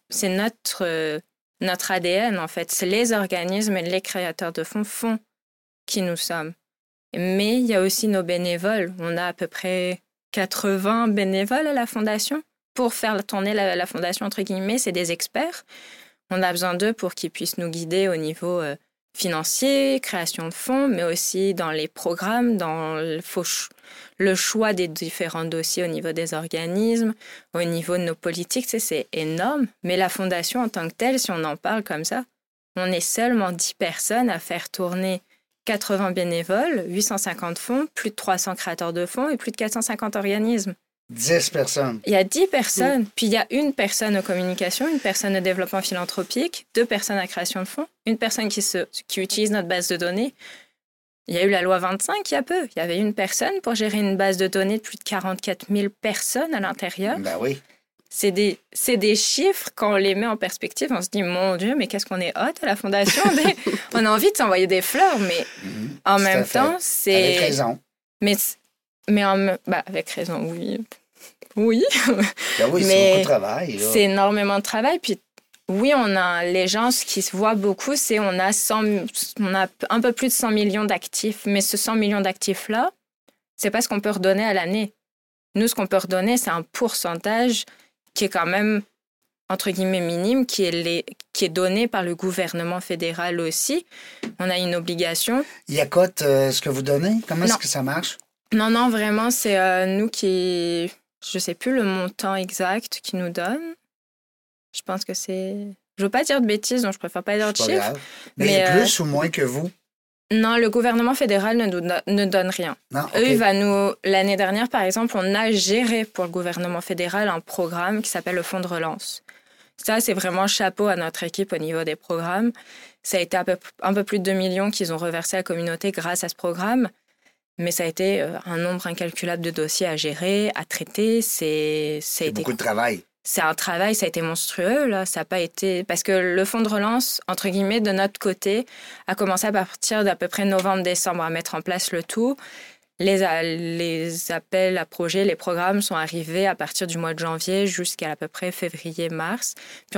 notre ADN, en fait. C'est les organismes et les créateurs de fonds font qui nous sommes. Mais il y a aussi nos bénévoles. On a à peu près 80 bénévoles à la Fondation. Pour faire tourner la Fondation, entre guillemets, c'est des experts. On a besoin d'eux pour qu'ils puissent nous guider au niveau financier, création de fonds, mais aussi dans les programmes, dans le choix des différents dossiers au niveau des organismes, au niveau de nos politiques. C'est énorme. Mais la Fondation en tant que telle, si on en parle comme ça, on est seulement 10 personnes à faire tourner 80 bénévoles, 850 fonds, plus de 300 créateurs de fonds et plus de 450 organismes. 10 personnes. Il y a 10 personnes, puis il y a une personne aux communications, une personne au développement philanthropique, 2 personnes à création de fonds, une personne qui utilise notre base de données. Il y a eu la loi 25 il y a peu. Il y avait une personne pour gérer une base de données de plus de 44 000 personnes à l'intérieur. Ben oui. C'est des chiffres, quand on les met en perspective, on se dit, mon Dieu, mais qu'est-ce qu'on est hot à la Fondation. On a envie de s'envoyer des fleurs, mais en même temps, c'est... Avec raison. Avec raison, oui. Oui. Ben oui, c'est mais beaucoup de travail. Là. C'est énormément de travail. Puis oui, les gens, ce qui se voit beaucoup, c'est on a un peu plus de 100 millions d'actifs. Mais ce 100 millions d'actifs-là, c'est pas ce qu'on peut redonner à l'année. Nous, ce qu'on peut redonner, c'est un pourcentage qui est quand même, entre guillemets, minime, qui est donné par le gouvernement fédéral aussi. On a une obligation. Il accote ce que vous donnez? Comment est-ce que ça marche? Non, vraiment, c'est nous qui... Je sais plus le montant exact qu'ils nous donnent. Je pense que c'est... Je veux pas dire de bêtises, donc je préfère pas dire de chiffres. Mais plus ou moins que vous? Non, le gouvernement fédéral ne donne rien. Non, okay. L'année dernière, par exemple, on a géré pour le gouvernement fédéral un programme qui s'appelle le Fonds de relance. Ça, c'est vraiment chapeau à notre équipe au niveau des programmes. Ça a été un peu plus de 2 millions qu'ils ont reversé à la communauté grâce à ce programme. Mais ça a été un nombre incalculable de dossiers à gérer, à traiter. C'est beaucoup de travail. C'est un travail, ça a été monstrueux, là. Ça n'a pas été... Parce que le fonds de relance, entre guillemets, de notre côté, a commencé à partir d'à peu près novembre-décembre à mettre en place le tout. Les appels à projets, les programmes sont arrivés à partir du mois de janvier jusqu'à à peu près février-mars. Puis on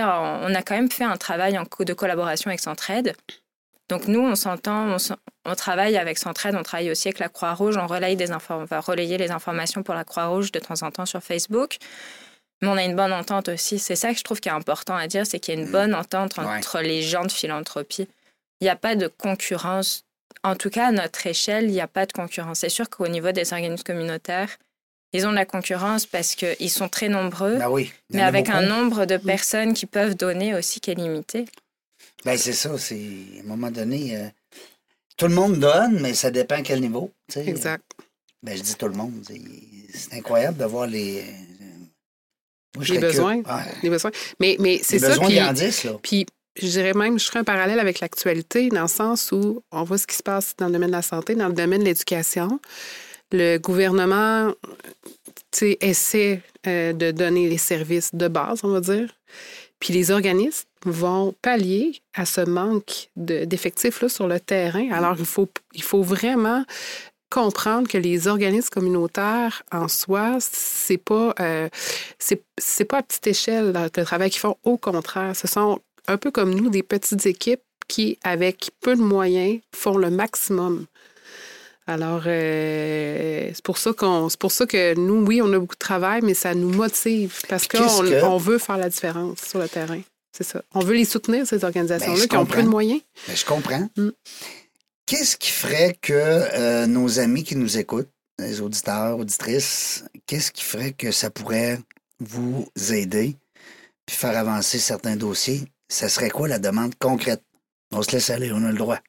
a quand même fait un travail de collaboration avec Centraide. Donc nous, on s'entend, on travaille avec Centraide, on travaille aussi avec la Croix-Rouge, on va relayer les informations pour la Croix-Rouge de temps en temps sur Facebook. Mais on a une bonne entente aussi. C'est ça que je trouve qui est important à dire, c'est qu'il y a une bonne entente entre les gens de philanthropie. Il n'y a pas de concurrence. En tout cas, à notre échelle, il n'y a pas de concurrence. C'est sûr qu'au niveau des organismes communautaires, ils ont de la concurrence parce qu'ils sont très nombreux, mais avec un nombre de personnes qui peuvent donner aussi qui est limité. Ben c'est ça. C'est, à un moment donné, tout le monde donne, mais ça dépend à quel niveau. T'sais. Exact. Ben, je dis tout le monde. C'est incroyable de voir les... Les besoins. Les besoins. Mais c'est ça. Les besoins grandissent, là. Puis, je dirais même, je ferai un parallèle avec l'actualité, dans le sens où on voit ce qui se passe dans le domaine de la santé, dans le domaine de l'éducation. Le gouvernement, essaie de donner les services de base, on va dire. Puis les organismes vont pallier à ce manque d'effectifs-là sur le terrain. Alors, il faut vraiment comprendre que les organismes communautaires, en soi, c'est pas à petite échelle le travail qu'ils font. Au contraire, ce sont un peu comme nous, des petites équipes qui, avec peu de moyens, font le maximum. Alors, c'est pour ça que nous, oui, on a beaucoup de travail, mais ça nous motive parce qu'on veut faire la différence sur le terrain. C'est ça. On veut les soutenir, ces organisations-là, qui ont peu de moyens. Ben, je comprends. Qu'est-ce qui ferait que nos amis qui nous écoutent, les auditeurs, auditrices, qu'est-ce qui ferait que ça pourrait vous aider puis faire avancer certains dossiers? Ça serait quoi la demande concrète? On se laisse aller, on a le droit.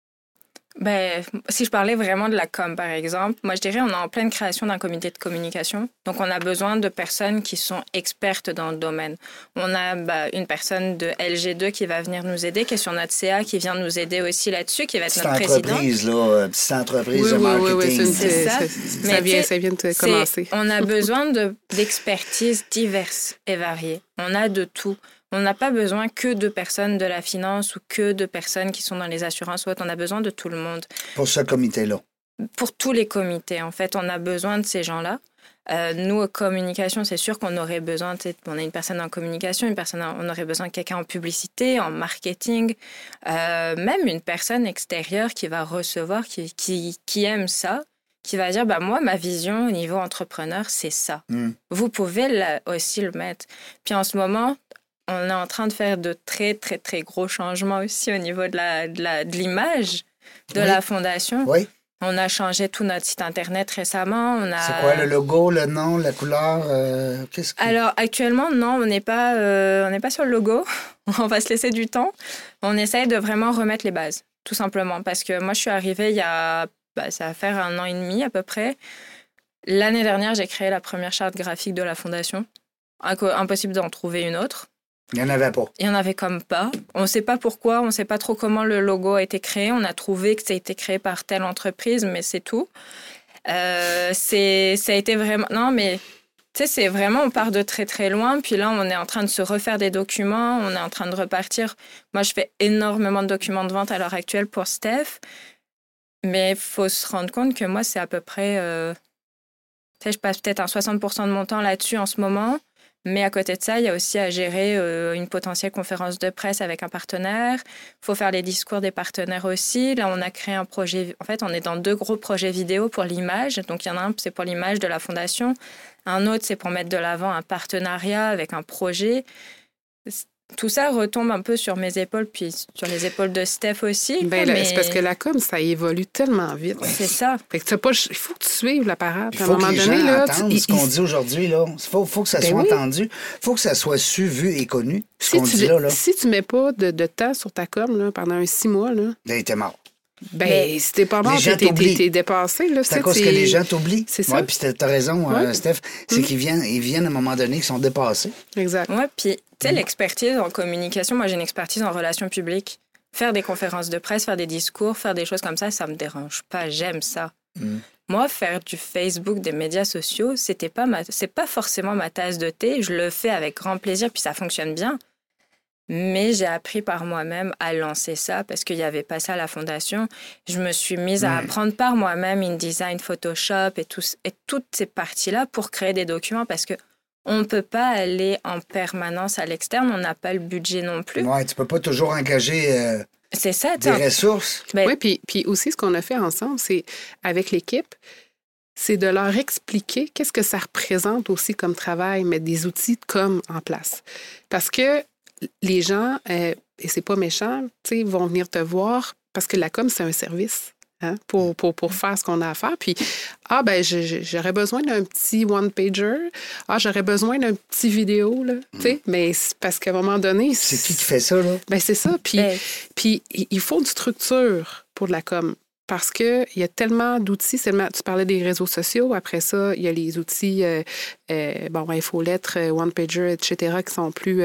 Ben, si je parlais vraiment de la com, par exemple, moi, je dirais on est en pleine création d'un comité de communication. Donc, on a besoin de personnes qui sont expertes dans le domaine. On a une personne de LG2 qui va venir nous aider, qui est sur notre CA, qui vient nous aider aussi là-dessus, qui va être notre président. Petite entreprise de marketing. Oui, c'est ça. Ça vient de commencer. On a besoin d'expertises diverses et variées. On a de tout. On n'a pas besoin que de personnes de la finance ou que de personnes qui sont dans les assurances ou autres. On a besoin de tout le monde. Pour ce comité-là? Pour tous les comités, en fait. On a besoin de ces gens-là. Nous, en communication, c'est sûr qu'on aurait besoin... On a une personne en communication, on aurait besoin de quelqu'un en publicité, en marketing, même une personne extérieure qui va recevoir, qui aime ça, qui va dire, moi, ma vision au niveau entrepreneur, c'est ça. Vous pouvez aussi le mettre. Puis en ce moment... On est en train de faire de très, très, très gros changements aussi au niveau de l'image de la Fondation. Oui. On a changé tout notre site Internet récemment. C'est quoi le logo, le nom, la couleur? Alors, actuellement, non, on n'est pas sur le logo. On va se laisser du temps. On essaye de vraiment remettre les bases, tout simplement. Parce que moi, je suis arrivée il y a... ça va faire 1 an et demi à peu près. L'année dernière, j'ai créé la première charte graphique de la Fondation. Impossible d'en trouver une autre. Il n'y en avait pas. Il n'y en avait comme pas. On ne sait pas pourquoi, on ne sait pas trop comment le logo a été créé. On a trouvé que ça a été créé par telle entreprise, mais c'est tout. Ça a été vraiment... Non, mais tu sais, c'est vraiment, on part de très, très loin. Puis là, on est en train de se refaire des documents. On est en train de repartir. Moi, je fais énormément de documents de vente à l'heure actuelle pour Steph. Mais il faut se rendre compte que moi, c'est à peu près... tu sais, je passe peut-être un 60% de mon temps là-dessus en ce moment. Mais à côté de ça, il y a aussi à gérer une potentielle conférence de presse avec un partenaire. Il faut faire les discours des partenaires aussi. Là, on a créé un projet. En fait, on est dans 2 gros projets vidéo pour l'image. Donc, il y en a un, c'est pour l'image de la Fondation. Un autre, c'est pour mettre de l'avant un partenariat avec un projet. Tout ça retombe un peu sur mes épaules, puis sur les épaules de Steph aussi. C'est parce que la com, ça évolue tellement vite. C'est ça. Fait que il faut que tu suives la parade. Il faut que les gens entendent ce qu'on dit aujourd'hui. Il faut que ça soit entendu. Il faut que ça soit su, vu et connu, ce qu'on dit là. Si tu mets pas de temps sur ta com là, pendant 6 mois... Là, t'es mort. Si t'es pas mort, t'es dépassé. Là, c'est à cause que les gens t'oublient. C'est ça. Oui, puis t'as raison, Steph. C'est qu'ils viennent à un moment donné, qu'ils sont dépassés. Exact. Oui, puis tu sais, l'expertise en communication, moi j'ai une expertise en relations publiques. Faire des conférences de presse, faire des discours, faire des choses comme ça me dérange pas. J'aime ça. Moi, faire du Facebook, des médias sociaux, c'est pas forcément ma tasse de thé. Je le fais avec grand plaisir, puis ça fonctionne bien. Mais j'ai appris par moi-même à lancer ça parce qu'il n'y avait pas ça à la Fondation. Je me suis mise à apprendre par moi-même InDesign, Photoshop et toutes ces parties-là pour créer des documents parce qu'on ne peut pas aller en permanence à l'externe. On n'a pas le budget non plus. Oui, tu ne peux pas toujours engager c'est ça, des ressources. Oui, puis aussi, ce qu'on a fait ensemble, c'est avec l'équipe, c'est de leur expliquer qu'est-ce que ça représente aussi comme travail, mettre des outils de com en place. Parce que les gens, et c'est pas méchant, vont venir te voir parce que la com, c'est un service pour faire ce qu'on a à faire. Puis, j'aurais besoin d'un petit one-pager. J'aurais besoin d'un petit vidéo, là. Mais c'est parce qu'à un moment donné... C'est qui fait ça, là? C'est ça. Puis, il faut une structure pour de la com. Parce qu'il y a tellement d'outils. Tu parlais des réseaux sociaux. Après ça, il y a les outils, infolettres, one-pager, etc., qui sont plus,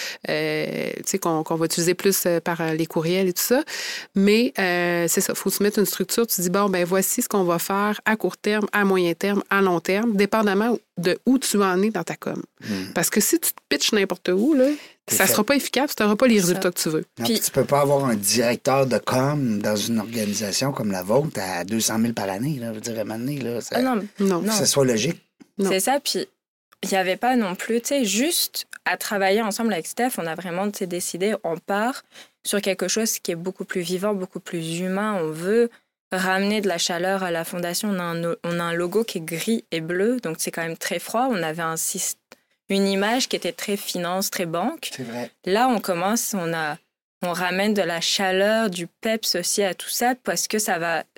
qu'on va utiliser plus par les courriels et tout ça. Mais c'est ça, il faut se mettre une structure. Tu dis, voici ce qu'on va faire à court terme, à moyen terme, à long terme, dépendamment de où tu en es dans ta com. Parce que si tu te pitches n'importe où, là, ça ne sera pas efficace, tu n'auras pas les résultats que tu veux. Non, puis tu ne peux pas avoir un directeur de com dans une organisation comme la vôtre à 200 000 par année. Là, je veux dire, à un moment donné, là, non. Que ça soit logique. Non. C'est ça, puis il n'y avait pas non plus, juste à travailler ensemble avec Steph, on a vraiment décidé, on part sur quelque chose qui est beaucoup plus vivant, beaucoup plus humain. On veut ramener de la chaleur à la Fondation. On a un logo qui est gris et bleu, donc c'est quand même très froid. On avait une image qui était très finance, très banque. C'est vrai. Là, on commence, on ramène de la chaleur, du peps aussi à tout ça parce que ça va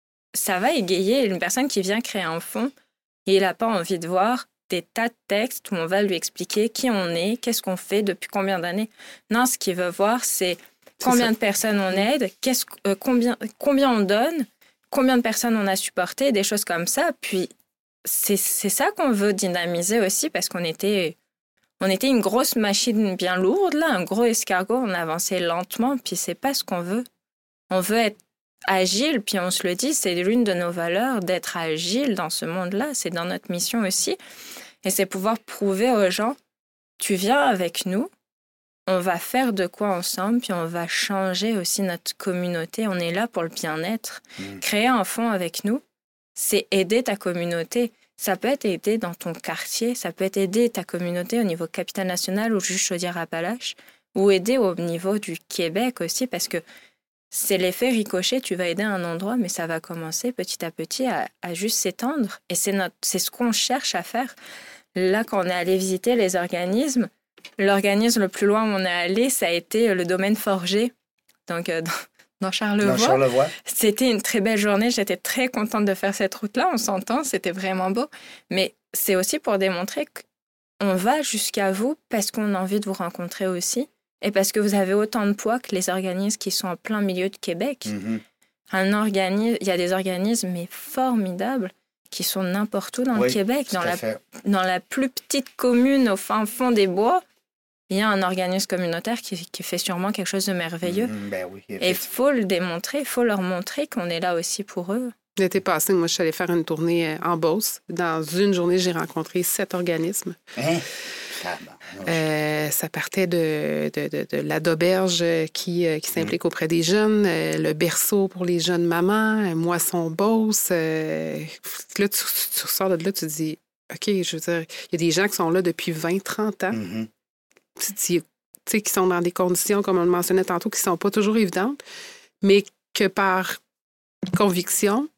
égayer une personne qui vient créer un fond et il n'a pas envie de voir des tas de textes où on va lui expliquer qui on est, qu'est-ce qu'on fait, depuis combien d'années. Non, ce qu'il veut voir, c'est combien de personnes on aide, combien on donne, combien de personnes on a supporté, des choses comme ça. Puis, c'est ça qu'on veut dynamiser aussi parce qu'on était une grosse machine bien lourde, là, un gros escargot, on avançait lentement, puis c'est pas ce qu'on veut. On veut être agile, puis on se le dit, c'est l'une de nos valeurs d'être agile dans ce monde-là, c'est dans notre mission aussi. Et c'est pouvoir prouver aux gens, tu viens avec nous, on va faire de quoi ensemble, puis on va changer aussi notre communauté. On est là pour le bien-être. Créer un fonds avec nous, c'est aider ta communauté. Ça peut être aider dans ton quartier, ça peut être aider ta communauté au niveau Capitale-Nationale ou juste Chaudière-Appalaches, ou aider au niveau du Québec aussi, parce que c'est l'effet ricochet, tu vas aider un endroit, mais ça va commencer petit à petit à juste s'étendre. Et c'est ce qu'on cherche à faire. Là, quand on est allé visiter les organismes, l'organisme le plus loin où on est allé, ça a été le domaine Forger, donc dans Charlevoix. C'était une très belle journée. J'étais très contente de faire cette route-là. On s'entend, c'était vraiment beau. Mais c'est aussi pour démontrer qu'on va jusqu'à vous parce qu'on a envie de vous rencontrer aussi et parce que vous avez autant de poids que les organismes qui sont en plein milieu de Québec. Il y a des organismes, mais formidables, qui sont n'importe où dans le Oui, Québec. tout à fait. Dans la plus petite commune au fin fond des bois, il y a un organisme communautaire qui fait sûrement quelque chose de merveilleux. Ben oui, Et il faut le démontrer, il faut leur montrer qu'on est là aussi pour eux. L'été passé, moi, je suis allée faire une tournée en Beauce. Dans une journée, j'ai rencontré 7 organismes. Hein? Ça partait de la d'auberge qui s'implique auprès des jeunes, le berceau pour les jeunes mamans, Moisson Beauce. Là, tu ressors de là, tu te dis, OK, je veux dire, il y a des gens qui sont là depuis 20, 30 ans. Mm-hmm. Tu te dis, tu sais, qui sont dans des conditions, comme on le mentionnait tantôt, qui ne sont pas toujours évidentes, mais que par conviction,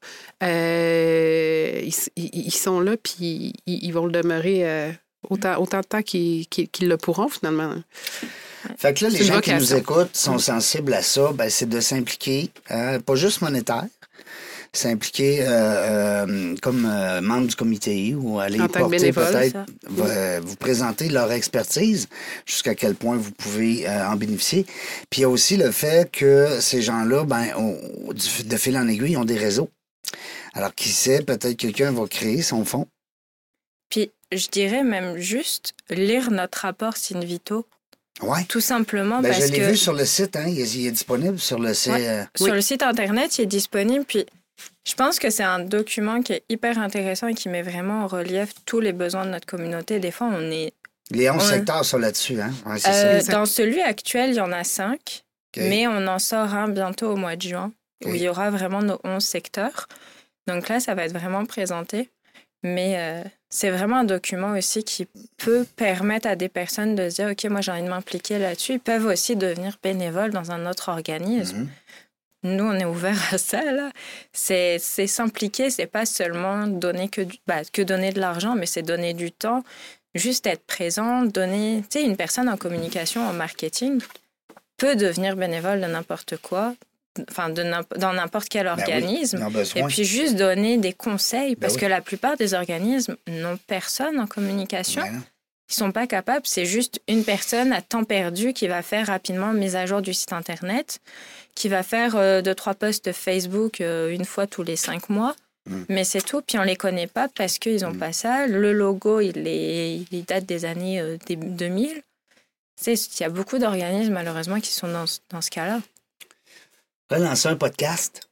ils sont là, puis ils vont le demeurer autant de temps qu'ils le pourront, finalement. Fait que là, les gens qui nous écoutent sont sensibles à ça, ben, c'est de s'impliquer, pas juste monétaire, s'impliquer comme membre du comité ou aller porter peut-être, vous présenter leur expertise, jusqu'à quel point vous pouvez en bénéficier. Puis il y a aussi le fait que ces gens-là, de fil en aiguille, ils ont des réseaux. Alors qui sait, peut-être quelqu'un va créer son fonds. Puis je dirais même juste lire notre rapport Sinvito. Ouais. Tout simplement parce que... Je l'ai vu sur le site, hein? Il est disponible sur le site. Sur le site Internet, il est disponible, puis je pense que c'est un document qui est hyper intéressant et qui met vraiment en relief tous les besoins de notre communauté. Des fois, on est... Les 11 secteurs sont là-dessus, hein? Ouais, c'est ça. Dans celui actuel, il y en a 5, okay. Mais on en sort un bientôt au mois de juin, où il y aura vraiment nos 11 secteurs. Donc là, ça va être vraiment présenté. Mais c'est vraiment un document aussi qui peut permettre à des personnes de se dire « OK, moi, j'ai envie de m'impliquer là-dessus ». Ils peuvent aussi devenir bénévoles dans un autre organisme. Mm-hmm. Nous, on est ouverts à ça, là. C'est s'impliquer, c'est pas seulement donner que donner de l'argent, mais c'est donner du temps, juste être présent, donner... Tu sais, une personne en communication, en marketing, peut devenir bénévole de n'importe quoi, enfin, dans n'importe quel organisme, et puis juste donner des conseils, parce que la plupart des organismes n'ont personne en communication. Ils sont pas capables, c'est juste une personne à temps perdu qui va faire rapidement mise à jour du site Internet, qui va faire 2-3 posts Facebook une fois tous les 5 mois, mais c'est tout. Puis on les connaît pas parce qu'ils ont pas ça. Le logo, il date des années 2000. Il y a beaucoup d'organismes, malheureusement, qui sont dans ce cas-là. Relancer un podcast.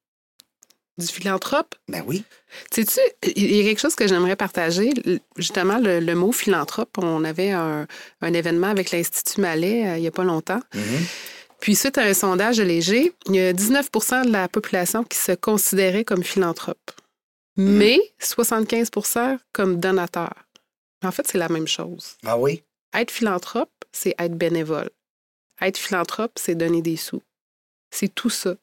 Du philanthrope? Ben oui. Sais-tu, il y a quelque chose que j'aimerais partager. Justement, le mot philanthrope, on avait un événement avec l'Institut Mallet il n'y a pas longtemps. Mm-hmm. Puis, suite à un sondage de Léger, il y a 19 % de la population qui se considérait comme philanthrope, mais 75 % comme donateur. En fait, c'est la même chose. Ah oui? Être philanthrope, c'est être bénévole. Être philanthrope, c'est donner des sous. C'est tout ça.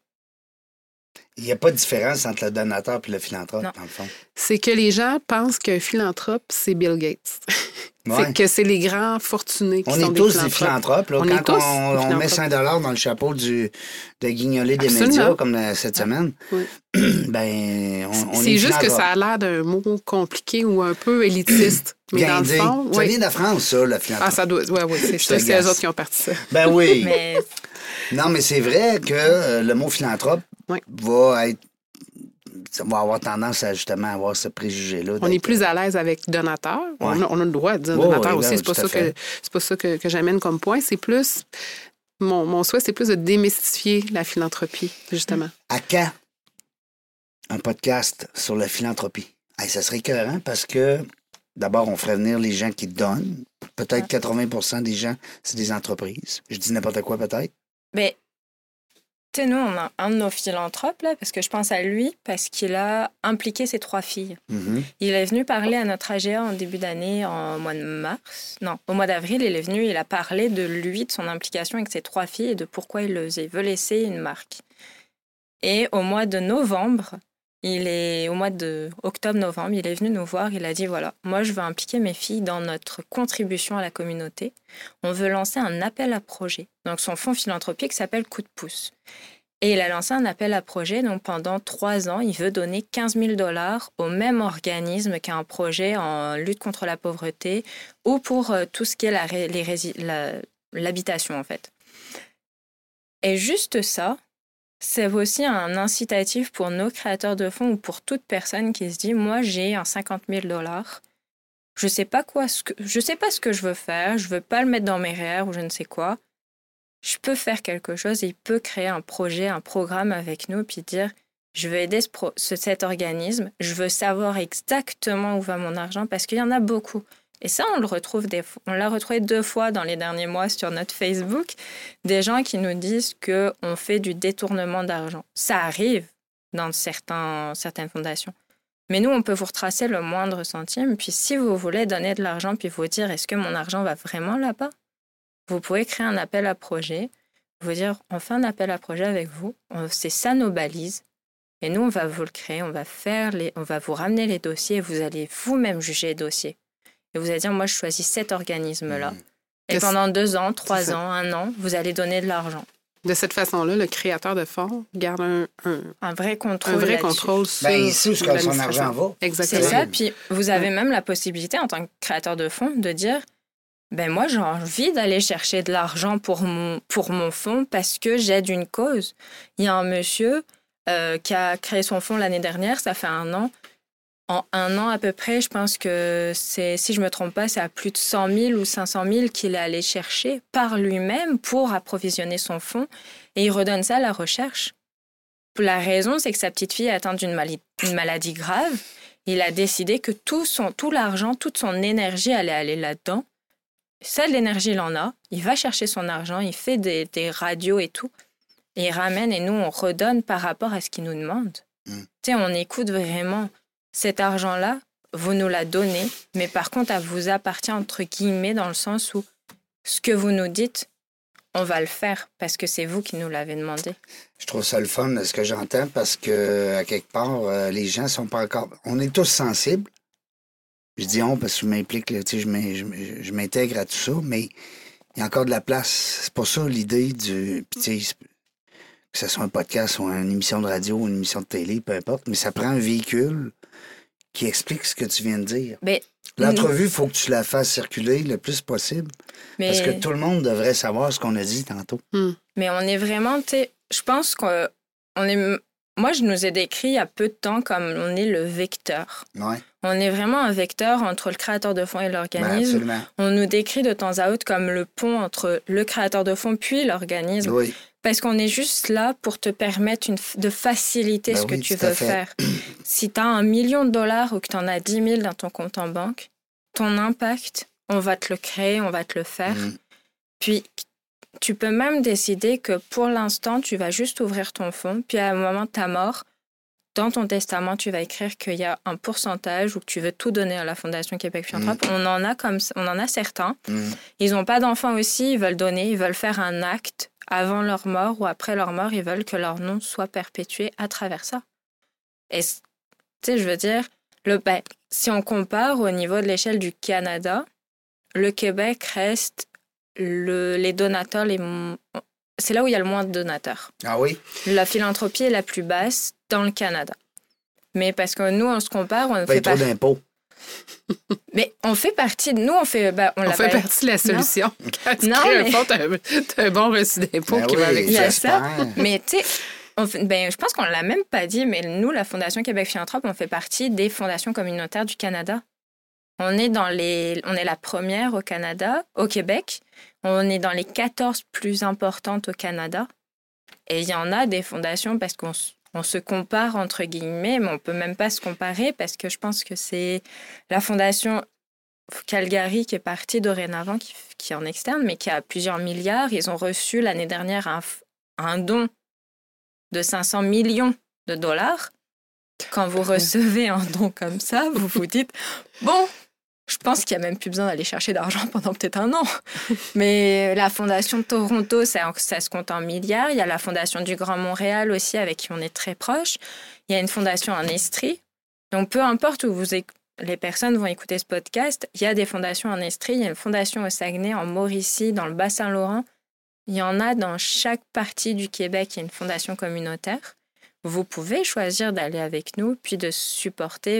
Il n'y a pas de différence entre le donateur et le philanthrope, non. dans le fond. C'est que les gens pensent qu'un philanthrope, c'est Bill Gates. C'est que c'est les grands fortunés qui sont des philanthropes. On est tous des philanthropes. Là, quand on met 5 $ dans le chapeau de guignoler des médias, comme cette semaine, oui. Ben, on c'est juste que ça a l'air d'un mot compliqué ou un peu élitiste. Mais dans le fond... Ça vient de France, ça, le philanthrope. Ah, ça doit... Oui, c'est les autres qui ont parti ça. Ben oui. Non, mais c'est vrai que le mot philanthrope va avoir tendance à justement avoir ce préjugé-là. On est plus à l'aise avec donateur. Ouais. On a le droit de dire donateur aussi. C'est pas ça que j'amène comme point. C'est plus... Mon souhait, c'est plus de démystifier la philanthropie, justement. À quand un podcast sur la philanthropie? Ça serait écœurant parce que, d'abord, on ferait venir les gens qui donnent. Peut-être 80 % des gens, c'est des entreprises. Je dis n'importe quoi, peut-être. Mais, tu sais, nous, on a un de nos philanthropes, là, parce que je pense à lui, parce qu'il a impliqué ses 3 filles. Mm-hmm. Il est venu parler à notre AGA en début d'année, en mois de mars. Non, au mois d'avril, il est venu, il a parlé de lui, de son implication avec ses 3 filles et de pourquoi il veut laisser une marque. Et au mois de novembre, au mois d'octobre-novembre, il est venu nous voir, il a dit, voilà, moi, je veux impliquer mes filles dans notre contribution à la communauté. On veut lancer un appel à projet. Donc, son fonds philanthropique s'appelle Coup de pouce. Et il a lancé un appel à projet. Donc, pendant 3 ans, il veut donner 15 000 $ au même organisme qui a un projet en lutte contre la pauvreté ou pour tout ce qui est l'habitation, en fait. Et juste ça, c'est aussi un incitatif pour nos créateurs de fonds ou pour toute personne qui se dit, moi, j'ai un 50 000 $. Je sais pas ce que je veux faire. Je veux pas le mettre dans mes REER ou je ne sais quoi. Je peux faire quelque chose et il peut créer un projet, un programme avec nous puis dire, je veux aider cet organisme. Je veux savoir exactement où va mon argent parce qu'il y en a beaucoup. Et ça, on l'a retrouvé 2 fois dans les derniers mois sur notre Facebook, des gens qui nous disent qu'on fait du détournement d'argent. Ça arrive dans certaines fondations. Mais nous, on peut vous retracer le moindre centime. Puis si vous voulez donner de l'argent, puis vous dire, est-ce que mon argent va vraiment là-bas? Vous pouvez créer un appel à projet, vous dire, on fait un appel à projet avec vous, c'est ça nos balises. Et nous, on va vous le créer, on va vous ramener les dossiers et vous allez vous-même juger les dossiers. Et vous allez dire, moi, je choisis cet organisme-là. Et pendant 2 ans, 3 ans, 1 an, vous allez donner de l'argent. De cette façon-là, le créateur de fonds garde un vrai contrôle. Un vrai contrôle sur ici, où son argent va. Exactement. C'est ça. Puis vous avez même la possibilité, en tant que créateur de fonds, de dire, moi, j'ai envie d'aller chercher de l'argent pour mon fonds parce que j'aide une cause. Il y a un monsieur qui a créé son fonds l'année dernière, ça fait 1 an. En 1 an à peu près, je pense que si je ne me trompe pas, c'est à plus de 100 000 ou 500 000 qu'il est allé chercher par lui-même pour approvisionner son fonds. Et il redonne ça à la recherche. La raison, c'est que sa petite fille est atteinte d'une maladie grave. Il a décidé que tout l'argent, toute son énergie allait aller là-dedans. Ça, de l'énergie, il en a. Il va chercher son argent, il fait des radios et tout. Et il ramène et nous, on redonne par rapport à ce qu'il nous demande. Tu sais, on écoute vraiment. Cet argent-là, vous nous l'a donné, mais par contre, elle vous appartient entre guillemets dans le sens où ce que vous nous dites, on va le faire parce que c'est vous qui nous l'avez demandé. Je trouve ça le fun, ce que j'entends, parce que à quelque part, les gens sont pas encore... On est tous sensibles. Je dis on parce que je m'implique, là, je m'intègre à tout ça, mais il y a encore de la place. C'est pour ça l'idée du... que ce soit un podcast ou une émission de radio ou une émission de télé, peu importe, mais ça prend un véhicule qui explique ce que tu viens de dire. L'entrevue, il faut que tu la fasses circuler le plus possible. Parce que tout le monde devrait savoir ce qu'on a dit tantôt. Mais on est vraiment, je pense qu'on est... Moi, je nous ai décrit il y a peu de temps comme on est le vecteur. Ouais. On est vraiment un vecteur entre le créateur de fonds et l'organisme. On nous décrit de temps à autre comme le pont entre le créateur de fonds puis l'organisme. Oui. Parce qu'on est juste là pour te permettre de faciliter ce que tu veux faire. Si tu as $1 million ou que tu en as 10 000 dans ton compte en banque, ton impact, on va te le créer, on va te le faire. Puis, tu peux même décider que pour l'instant, tu vas juste ouvrir ton fonds. Puis, à un moment de ta mort, dans ton testament, tu vas écrire qu'il y a un pourcentage ou que tu veux tout donner à la Fondation Québec Philanthrope. On en a certains. Ils n'ont pas d'enfants aussi, ils veulent donner, ils veulent faire un acte avant leur mort ou après leur mort, ils veulent que leur nom soit perpétué à travers ça. Et, tu sais, je veux dire, si on compare au niveau de l'échelle du Canada, le Québec reste les donateurs, c'est là où il y a le moins de donateurs. Ah oui? La philanthropie est la plus basse dans le Canada. Mais parce que nous, on se compare, on fait trop d'impôts. Mais on fait partie de... Nous, on fait partie de la solution. Quand tu crées un fonds, t'as un bon reçu d'impôts qui va avec ça. Mais tu sais, je pense qu'on ne l'a même pas dit, mais nous, la Fondation Québec Philanthrope, on fait partie des fondations communautaires du Canada. On est la première au Canada, au Québec. On est dans les 14 plus importantes au Canada. Et il y en a des fondations parce qu'on se compare entre guillemets, mais on ne peut même pas se comparer parce que je pense que c'est la Fondation Calgary qui est partie dorénavant, qui est en externe, mais qui a plusieurs milliards. Ils ont reçu l'année dernière un don de 500 millions de dollars. Quand vous recevez un don comme ça, vous vous dites, bon, je pense qu'il n'y a même plus besoin d'aller chercher d'argent pendant peut-être 1 an. Mais la Fondation de Toronto, ça se compte en milliards. Il y a la Fondation du Grand Montréal aussi, avec qui on est très proche. Il y a une fondation en Estrie. Donc, peu importe où les personnes vont écouter ce podcast, il y a des fondations en Estrie. Il y a une fondation au Saguenay, en Mauricie, dans le Bas-Saint-Laurent. Il y en a dans chaque partie du Québec, il y a une fondation communautaire. Vous pouvez choisir d'aller avec nous, puis de supporter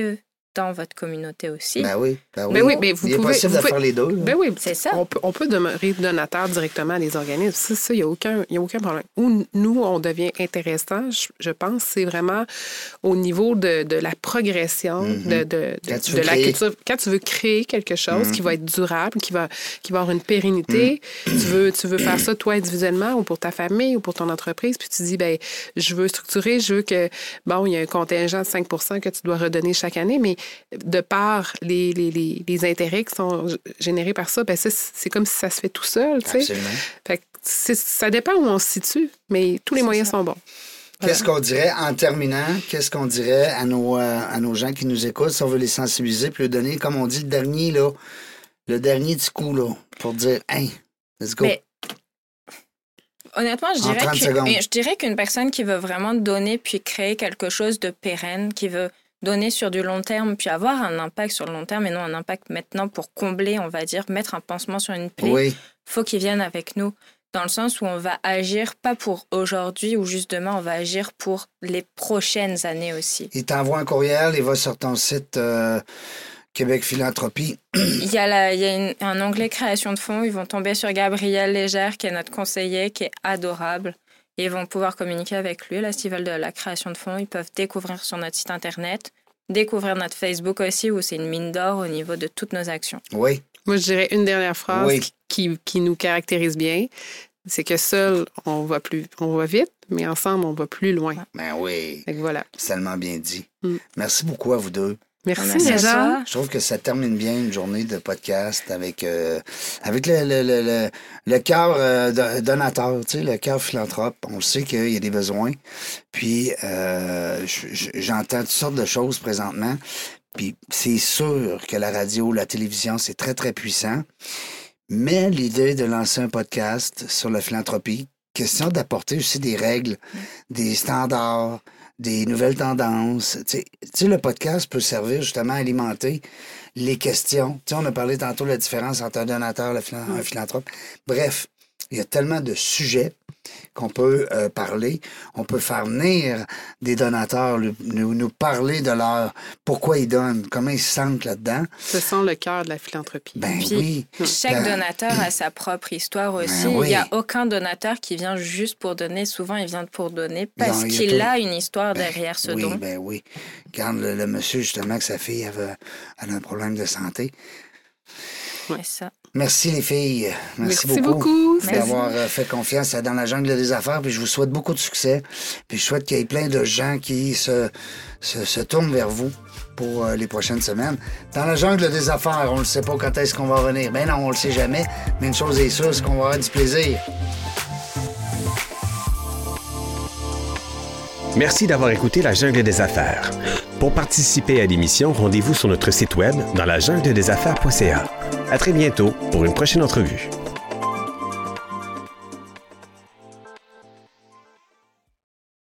dans votre communauté aussi. Ben oui. Mais il est possible de faire les deux. Ben oui, c'est ça. On peut demeurer donateur directement à des organismes. Ça, il n'y a aucun problème. Où nous, on devient intéressant, je pense, c'est vraiment au niveau de la progression de la culture. Quand tu veux créer quelque chose qui va être durable, qui va avoir une pérennité, tu veux faire ça toi individuellement ou pour ta famille ou pour ton entreprise, puis tu dis, ben je veux structurer, je veux que, bon, il y a un contingent de 5 % que tu dois redonner chaque année, mais de par les intérêts qui sont générés par ça, ben ça, c'est comme si ça se fait tout seul, tu sais. Absolument. Fait que ça dépend où on se situe, mais tous les moyens sont bons. Voilà. Qu'est-ce qu'on dirait, en terminant, qu'est-ce qu'on dirait à nos gens qui nous écoutent, si on veut les sensibiliser, puis leur donner, comme on dit, le dernier petit coup, là, pour dire, hey, let's go. Mais, honnêtement, je dirais qu'une personne qui veut vraiment donner puis créer quelque chose de pérenne, qui veut donner sur du long terme, puis avoir un impact sur le long terme et non un impact maintenant pour combler, on va dire, mettre un pansement sur une plaie, faut qu'ils viennent avec nous. Dans le sens où on va agir pas pour aujourd'hui ou juste demain, on va agir pour les prochaines années aussi. Il t'envoie un courriel, il va sur ton site Québec Philanthropie. Il y a un onglet création de fonds. Ils vont tomber sur Gabriel Légère, qui est notre conseiller, qui est adorable. Et ils vont pouvoir communiquer avec lui. Là, s'ils veulent de la création de fonds, ils peuvent découvrir sur notre site Internet, découvrir notre Facebook aussi, où c'est une mine d'or au niveau de toutes nos actions. Oui. Moi, je dirais une dernière phrase qui nous caractérise bien. C'est que seul, on va vite, mais ensemble, on va plus loin. Ben oui. Fait que voilà. C'est tellement bien dit. Merci beaucoup à vous deux. Merci déjà. Je trouve que ça termine bien une journée de podcast avec le cœur donateur, tu sais, le cœur philanthrope. On sait qu'il y a des besoins. Puis, j'entends toutes sortes de choses présentement. Puis, c'est sûr que la radio, la télévision, c'est très, très puissant. Mais l'idée de lancer un podcast sur la philanthropie, question d'apporter aussi des règles, des standards, des nouvelles tendances. Tu sais, le podcast peut servir justement à alimenter les questions. Tu sais, on a parlé tantôt de la différence entre un donateur et un philanthrope. Bref, il y a tellement de sujets qu'on peut parler. On peut faire venir des donateurs, nous parler de pourquoi ils donnent, comment ils se sentent là-dedans. Ce sont le cœur de la philanthropie. Ben puis, oui. Chaque donateur a sa propre histoire aussi. Ben oui. Il n'y a aucun donateur qui vient juste pour donner. Souvent, il vient pour donner parce qu'il a une histoire derrière ce don. Ben oui. Quand le monsieur, justement, que sa fille elle a un problème de santé. C'est ça. Merci les filles. Merci beaucoup. D'avoir fait confiance dans la jungle des affaires. Puis je vous souhaite beaucoup de succès. Puis je souhaite qu'il y ait plein de gens qui se tournent vers vous pour les prochaines semaines. Dans la jungle des affaires, on ne sait pas quand est-ce qu'on va revenir. Ben non, on le sait jamais. Mais une chose est sûre, c'est qu'on va avoir du plaisir. Merci d'avoir écouté La Jungle des Affaires. Pour participer à l'émission, rendez-vous sur notre site web dans lajungledesaffaires.ca. À très bientôt pour une prochaine entrevue.